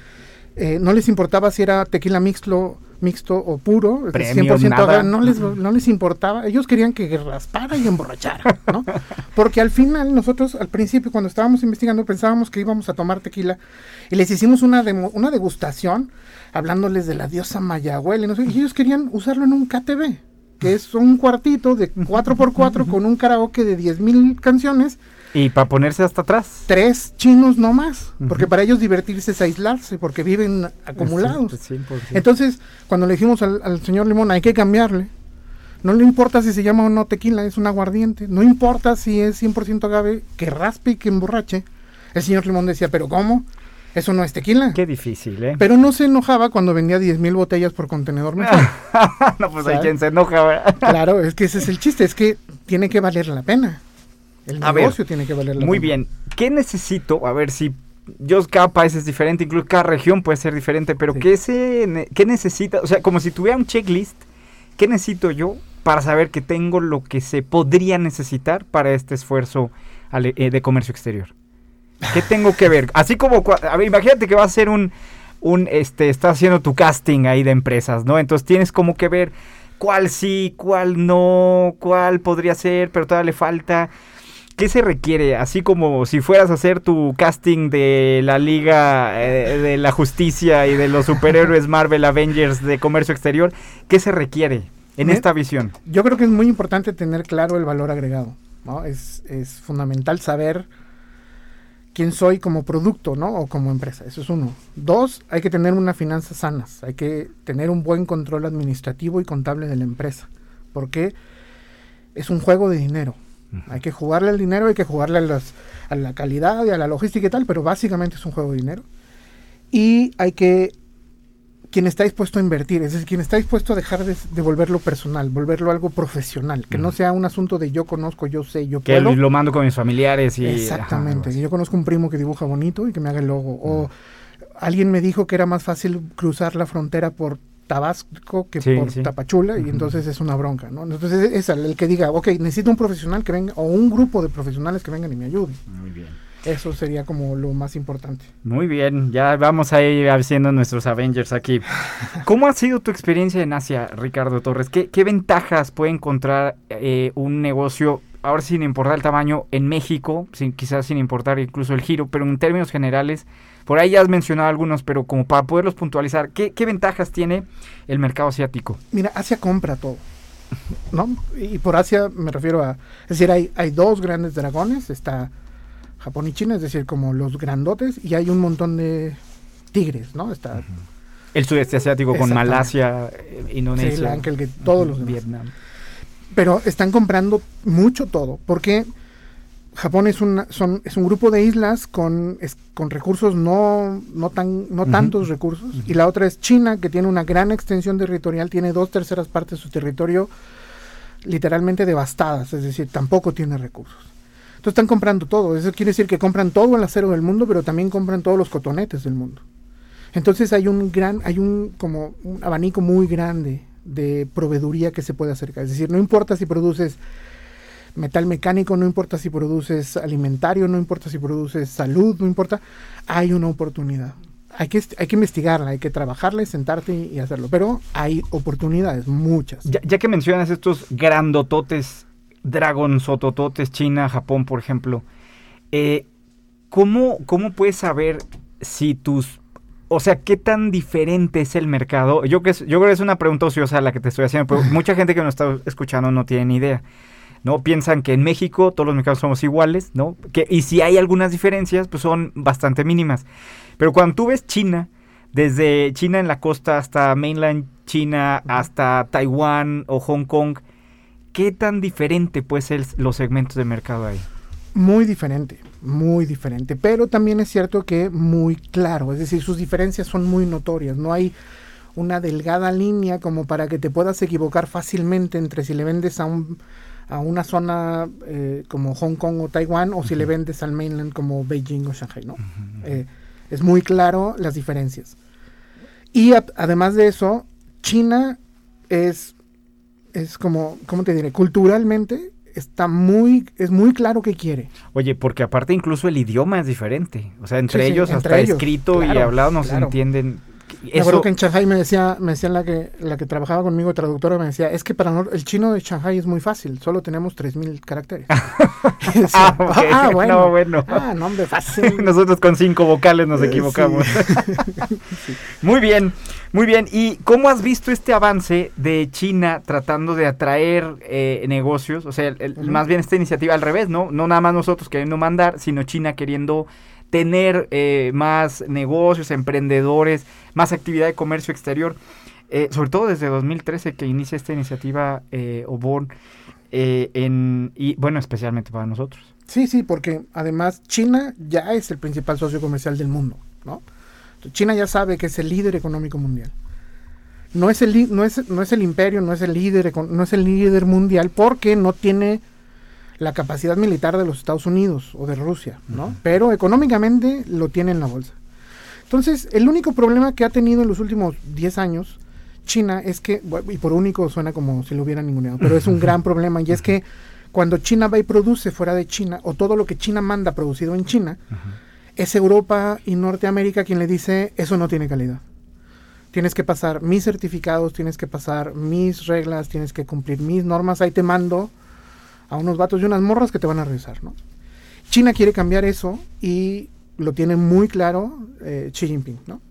No les importaba si era tequila mixto o puro, premio, 100% nada. No les importaba, ellos querían que raspara y emborrachara, ¿no? Porque al final nosotros al principio cuando estábamos investigando pensábamos que íbamos a tomar tequila y les hicimos una degustación hablándoles de la diosa Mayagüel y ellos querían usarlo en un KTV, que es un cuartito de 4x4 con un karaoke de 10,000 canciones. Y para ponerse hasta atrás. 3 chinos no más, porque para ellos divertirse es aislarse, porque viven acumulados. 100%. Entonces, cuando le dijimos al señor Limón, hay que cambiarle. No le importa si se llama o no tequila, es un aguardiente. No importa si es 100% agave, que raspe y que emborrache. El señor Limón decía, ¿pero cómo? Eso no es tequila. Qué difícil, ¿eh? Pero no se enojaba cuando vendía 10,000 botellas por contenedor mensual. No, pues hay quien se enoja, ¿verdad? Claro, es que ese es el chiste, es que tiene que valer la pena. El negocio tiene que valer la pena. Muy bien. ¿Qué necesito? A ver si... cada país es diferente, incluso cada región puede ser diferente, pero sí. ¿Qué necesita? O sea, como si tuviera un checklist, ¿qué necesito yo para saber que tengo lo que se podría necesitar para este esfuerzo de comercio exterior? ¿Qué tengo que ver? Así como, a ver, imagínate que vas a hacer estás haciendo tu casting ahí de empresas, ¿no? Entonces tienes como que ver cuál sí, cuál no, cuál podría ser, pero todavía le falta. ¿Qué se requiere? Así como si fueras a hacer tu casting de la Liga de la Justicia y de los superhéroes Marvel Avengers de comercio exterior, ¿qué se requiere en esta visión? Yo creo que es muy importante tener claro el valor agregado, ¿no? Es fundamental saber quién soy como producto, ¿no? O como empresa, eso es 1. 2, hay que tener unas finanzas sanas, hay que tener un buen control administrativo y contable de la empresa, porque es un juego de dinero. Hay que jugarle al dinero, hay que jugarle a la calidad y a la logística y tal, pero básicamente es un juego de dinero. Y hay que, quien está dispuesto a invertir, es decir, quien está dispuesto a dejar de volverlo personal, volverlo algo profesional, que no sea un asunto de yo conozco, yo sé, yo puedo. Que lo mando con mis familiares y... Exactamente, yo conozco un primo que dibuja bonito y que me haga el logo, o alguien me dijo que era más fácil cruzar la frontera por Tabasco que por Tapachula, y entonces es una bronca, ¿no? Entonces es el que diga, ok, necesito un profesional que venga, o un grupo de profesionales que vengan y me ayuden. Muy bien. Eso sería como lo más importante. Muy bien, ya vamos a ir haciendo nuestros Avengers aquí. ¿Cómo ha sido tu experiencia en Asia, Ricardo Torres? ¿Qué ventajas puede encontrar un negocio, ahora sin importar el tamaño, en México, quizás sin importar incluso el giro, pero en términos generales? Por ahí ya has mencionado algunos, pero como para poderlos puntualizar, ¿qué ventajas tiene el mercado asiático? Mira, Asia compra todo, ¿no? Y por Asia me refiero a... Es decir, hay dos grandes dragones, está Japón y China, es decir, como los grandotes, y hay un montón de tigres, ¿no? Está... El sudeste asiático con Malasia, Indonesia. Sri Lanka, todos los demás. Vietnam. Pero están comprando mucho todo, porque... Japón es un grupo de islas con recursos no tantos recursos, y la otra es China, que tiene una gran extensión territorial, tiene 2/3 partes de su territorio literalmente devastadas, es decir, tampoco tiene recursos. Entonces están comprando todo, eso quiere decir que compran todo el acero del mundo, pero también compran todos los cotonetes del mundo. Entonces hay un abanico muy grande de proveeduría que se puede acercar, es decir, no importa si produces metal mecánico, no importa si produces alimentario, no importa si produces salud, no importa, hay una oportunidad. Hay que investigarla, hay que trabajarla, sentarte y hacerlo, pero hay oportunidades, muchas. Ya que mencionas estos grandototes, dragonzotototes, China, Japón, por ejemplo, ¿cómo puedes saber si o sea, qué tan diferente es el mercado? Yo creo que es una pregunta ociosa la que te estoy haciendo, pero mucha gente que nos está escuchando no tiene ni idea, ¿no? Piensan que en México todos los mercados somos iguales, ¿no? Y si hay algunas diferencias, pues son bastante mínimas. Pero cuando tú ves China, desde China en la costa hasta mainland China, hasta Taiwán o Hong Kong, ¿qué tan diferente pueden ser los segmentos de mercado ahí? Muy diferente, pero también es cierto que muy claro, es decir, sus diferencias son muy notorias, no hay una delgada línea como para que te puedas equivocar fácilmente entre si le vendes a una zona como Hong Kong o Taiwán, o si le vendes al mainland como Beijing o Shanghai, ¿no? Es muy claro las diferencias. Y además de eso, China es como, ¿cómo te diré? Culturalmente es muy claro qué quiere. Oye, porque aparte incluso el idioma es diferente. O sea, entre ellos hasta escrito y hablado no se entienden. Me acuerdo que en Shanghai me decía la que trabajaba conmigo, traductora, me decía, es que el chino de Shanghai es muy fácil, solo tenemos 3,000 caracteres. Decía, bueno. No, hombre, fácil. Nosotros con 5 vocales nos equivocamos. Sí. Muy bien. ¿Y cómo has visto este avance de China tratando de atraer negocios? O sea, más bien esta iniciativa al revés, ¿no? No nada más nosotros queriendo mandar, sino China queriendo tener más negocios, emprendedores, más actividad de comercio exterior, sobre todo desde 2013 que inicia esta iniciativa OBON, y bueno, especialmente para nosotros. Sí, porque además China ya es el principal socio comercial del mundo, ¿no? China ya sabe que es el líder económico mundial. No es el imperio, no es el líder mundial porque no tiene la capacidad militar de los Estados Unidos o de Rusia, ¿no? Pero económicamente lo tiene en la bolsa. Entonces, el único problema que ha tenido en los últimos 10 años China es que, y por único suena como si lo hubieran ninguneado, pero es un gran problema, y es que cuando China va y produce fuera de China, o todo lo que China manda producido en China, es Europa y Norteamérica quien le dice, eso no tiene calidad. Tienes que pasar mis certificados, tienes que pasar mis reglas, tienes que cumplir mis normas, ahí te mando a unos vatos y unas morras que te van a revisar, ¿no? China quiere cambiar eso y lo tiene muy claro Xi Jinping, ¿no?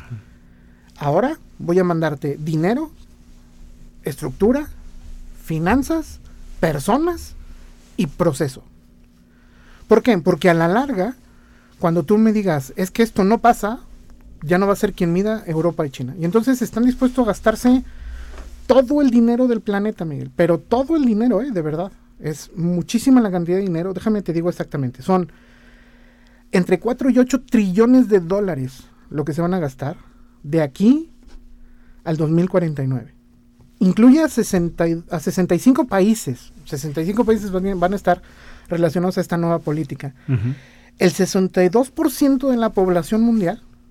Ahora voy a mandarte dinero, estructura, finanzas, personas y proceso. ¿Por qué? Porque a la larga, cuando tú me digas, es que esto no pasa, ya no va a ser quien mida Europa y China. Y entonces están dispuestos a gastarse todo el dinero del planeta, Miguel, pero todo el dinero, de verdad. Es muchísima la cantidad de dinero, déjame te digo exactamente, son entre 4 y 8 trillones de dólares lo que se van a gastar de aquí al 2049. Incluye a 65 países, 65 países van a estar relacionados a esta nueva política. El 62% de la población mundial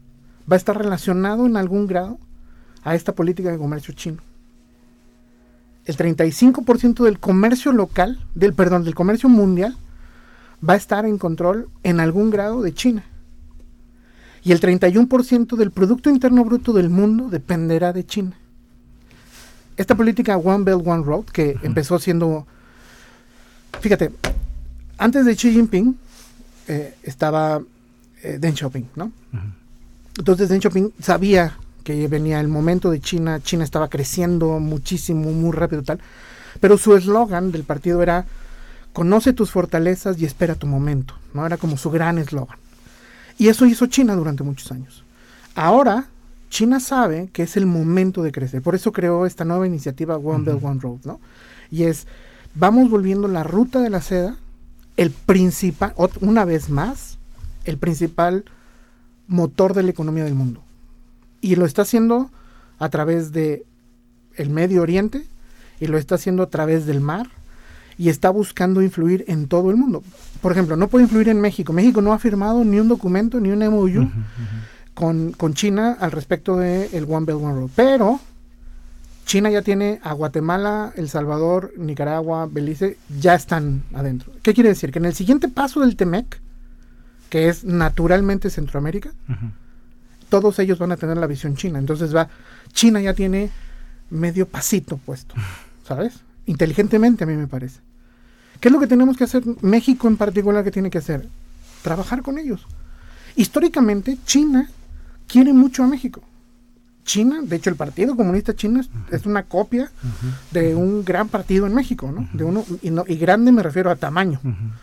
va a estar relacionado en algún grado a esta política de comercio chino. El 35% del comercio local, del comercio mundial, va a estar en control en algún grado de China. Y el 31% del Producto Interno Bruto del mundo dependerá de China. Esta política One Belt, One Road, que empezó siendo... Fíjate, antes de Xi Jinping estaba Deng Xiaoping, ¿no? Entonces Deng Xiaoping sabía que venía el momento de China. China estaba creciendo muchísimo, muy rápido, tal. Pero su eslogan del partido era: conoce tus fortalezas y espera tu momento, ¿no? Era como su gran eslogan. Y eso hizo China durante muchos años. Ahora, China sabe que es el momento de crecer. Por eso creó esta nueva iniciativa One Belt, One Road, ¿no? Y es, vamos volviendo la ruta de la seda el principal, una vez más, el principal motor de la economía del mundo. Y lo está haciendo a través de el Medio Oriente, y lo está haciendo a través del mar, y está buscando influir en todo el mundo. Por ejemplo, no puede influir en México. México no ha firmado ni un documento, ni un MOU con China al respecto del One Belt, One Road. Pero China ya tiene a Guatemala, El Salvador, Nicaragua, Belice, ya están adentro. ¿Qué quiere decir? Que en el siguiente paso del TEMEC, que es naturalmente Centroamérica, todos ellos van a tener la visión china. Entonces China ya tiene medio pasito puesto, ¿sabes? Inteligentemente, a mí me parece. ¿Qué es lo que tenemos que hacer? México en particular, ¿qué tiene que hacer? Trabajar con ellos. Históricamente, China quiere mucho a México. China, de hecho, el Partido Comunista Chino es una copia de un gran partido en México, ¿no? Y grande me refiero a tamaño.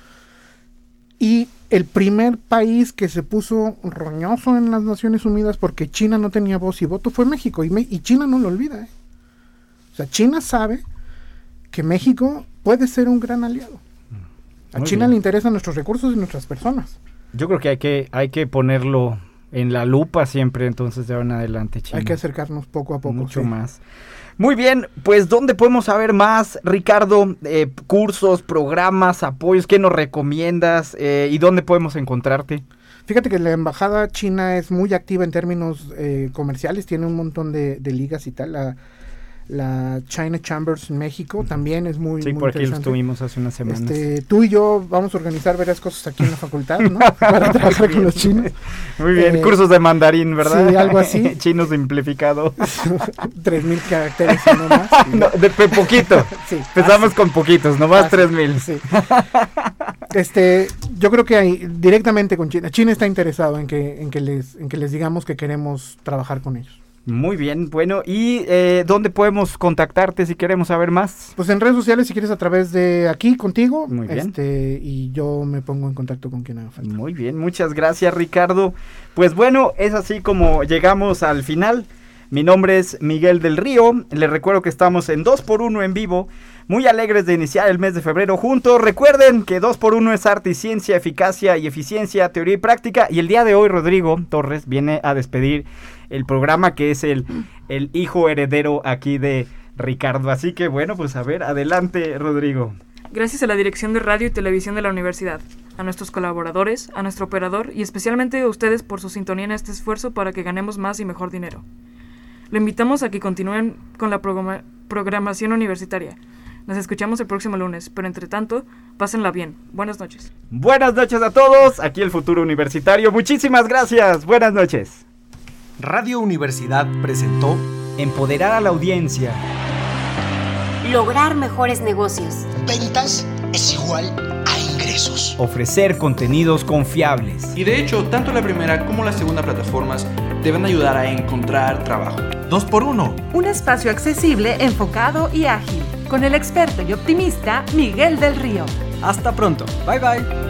Y el primer país que se puso roñoso en las Naciones Unidas porque China no tenía voz y voto fue México. Y China no lo olvida, ¿eh? O sea, China sabe que México puede ser un gran aliado. A China le interesan nuestros recursos y nuestras personas. Yo creo que hay que ponerlo en la lupa siempre, entonces de ahora en adelante, China. Hay que acercarnos poco a poco. Mucho más. Muy bien, pues ¿dónde podemos saber más, Ricardo? Cursos, programas, apoyos, ¿qué nos recomiendas? ¿Y dónde podemos encontrarte? Fíjate que la embajada china es muy activa en términos comerciales, tiene un montón de ligas y tal. La China Chambers en México también es muy sí, muy por aquí lo estuvimos hace unas semanas. Tú y yo vamos a organizar varias cosas aquí en la facultad, ¿no? Para trabajar con los chinos. Muy bien, cursos de mandarín, ¿verdad? Sí, algo así. Chino simplificado. 3,000 caracteres y no más. No, de poquito. Sí, empezamos con poquitos, nomás 3,000. Sí. Yo creo que directamente con China. China está interesado en que les digamos que queremos trabajar con ellos. Muy bien, bueno, ¿y dónde podemos contactarte si queremos saber más? Pues en redes sociales, si quieres, a través de aquí contigo. Muy bien. Y yo me pongo en contacto con quien haga falta. Muy bien, muchas gracias, Ricardo. Pues bueno, es así como llegamos al final. Mi nombre es Miguel del Río. Les recuerdo que estamos en 2x1 en vivo. Muy alegres de iniciar el mes de febrero juntos. Recuerden que 2x1 es arte y ciencia, eficacia y eficiencia, teoría y práctica. Y el día de hoy Rodrigo Torres viene a despedir el programa, que es el hijo heredero aquí de Ricardo. Así que bueno, pues a ver, adelante, Rodrigo. Gracias a la Dirección de Radio y Televisión de la Universidad, a nuestros colaboradores, a nuestro operador y especialmente a ustedes por su sintonía en este esfuerzo para que ganemos más y mejor dinero. Le invitamos a que continúen con la programación universitaria. Nos escuchamos el próximo lunes, pero entre tanto, pásenla bien. Buenas noches. Buenas noches a todos, aquí el Futuro Universitario. Muchísimas gracias, buenas noches. Radio Universidad presentó Empoderar a la audiencia. Lograr mejores negocios. Ventas es igual a ingresos. Ofrecer contenidos confiables. Y de hecho, tanto la primera como la segunda plataformas deben ayudar a encontrar trabajo. 2x1. Un espacio accesible, enfocado y ágil. Con el experto y optimista Miguel del Río. Hasta pronto. Bye bye.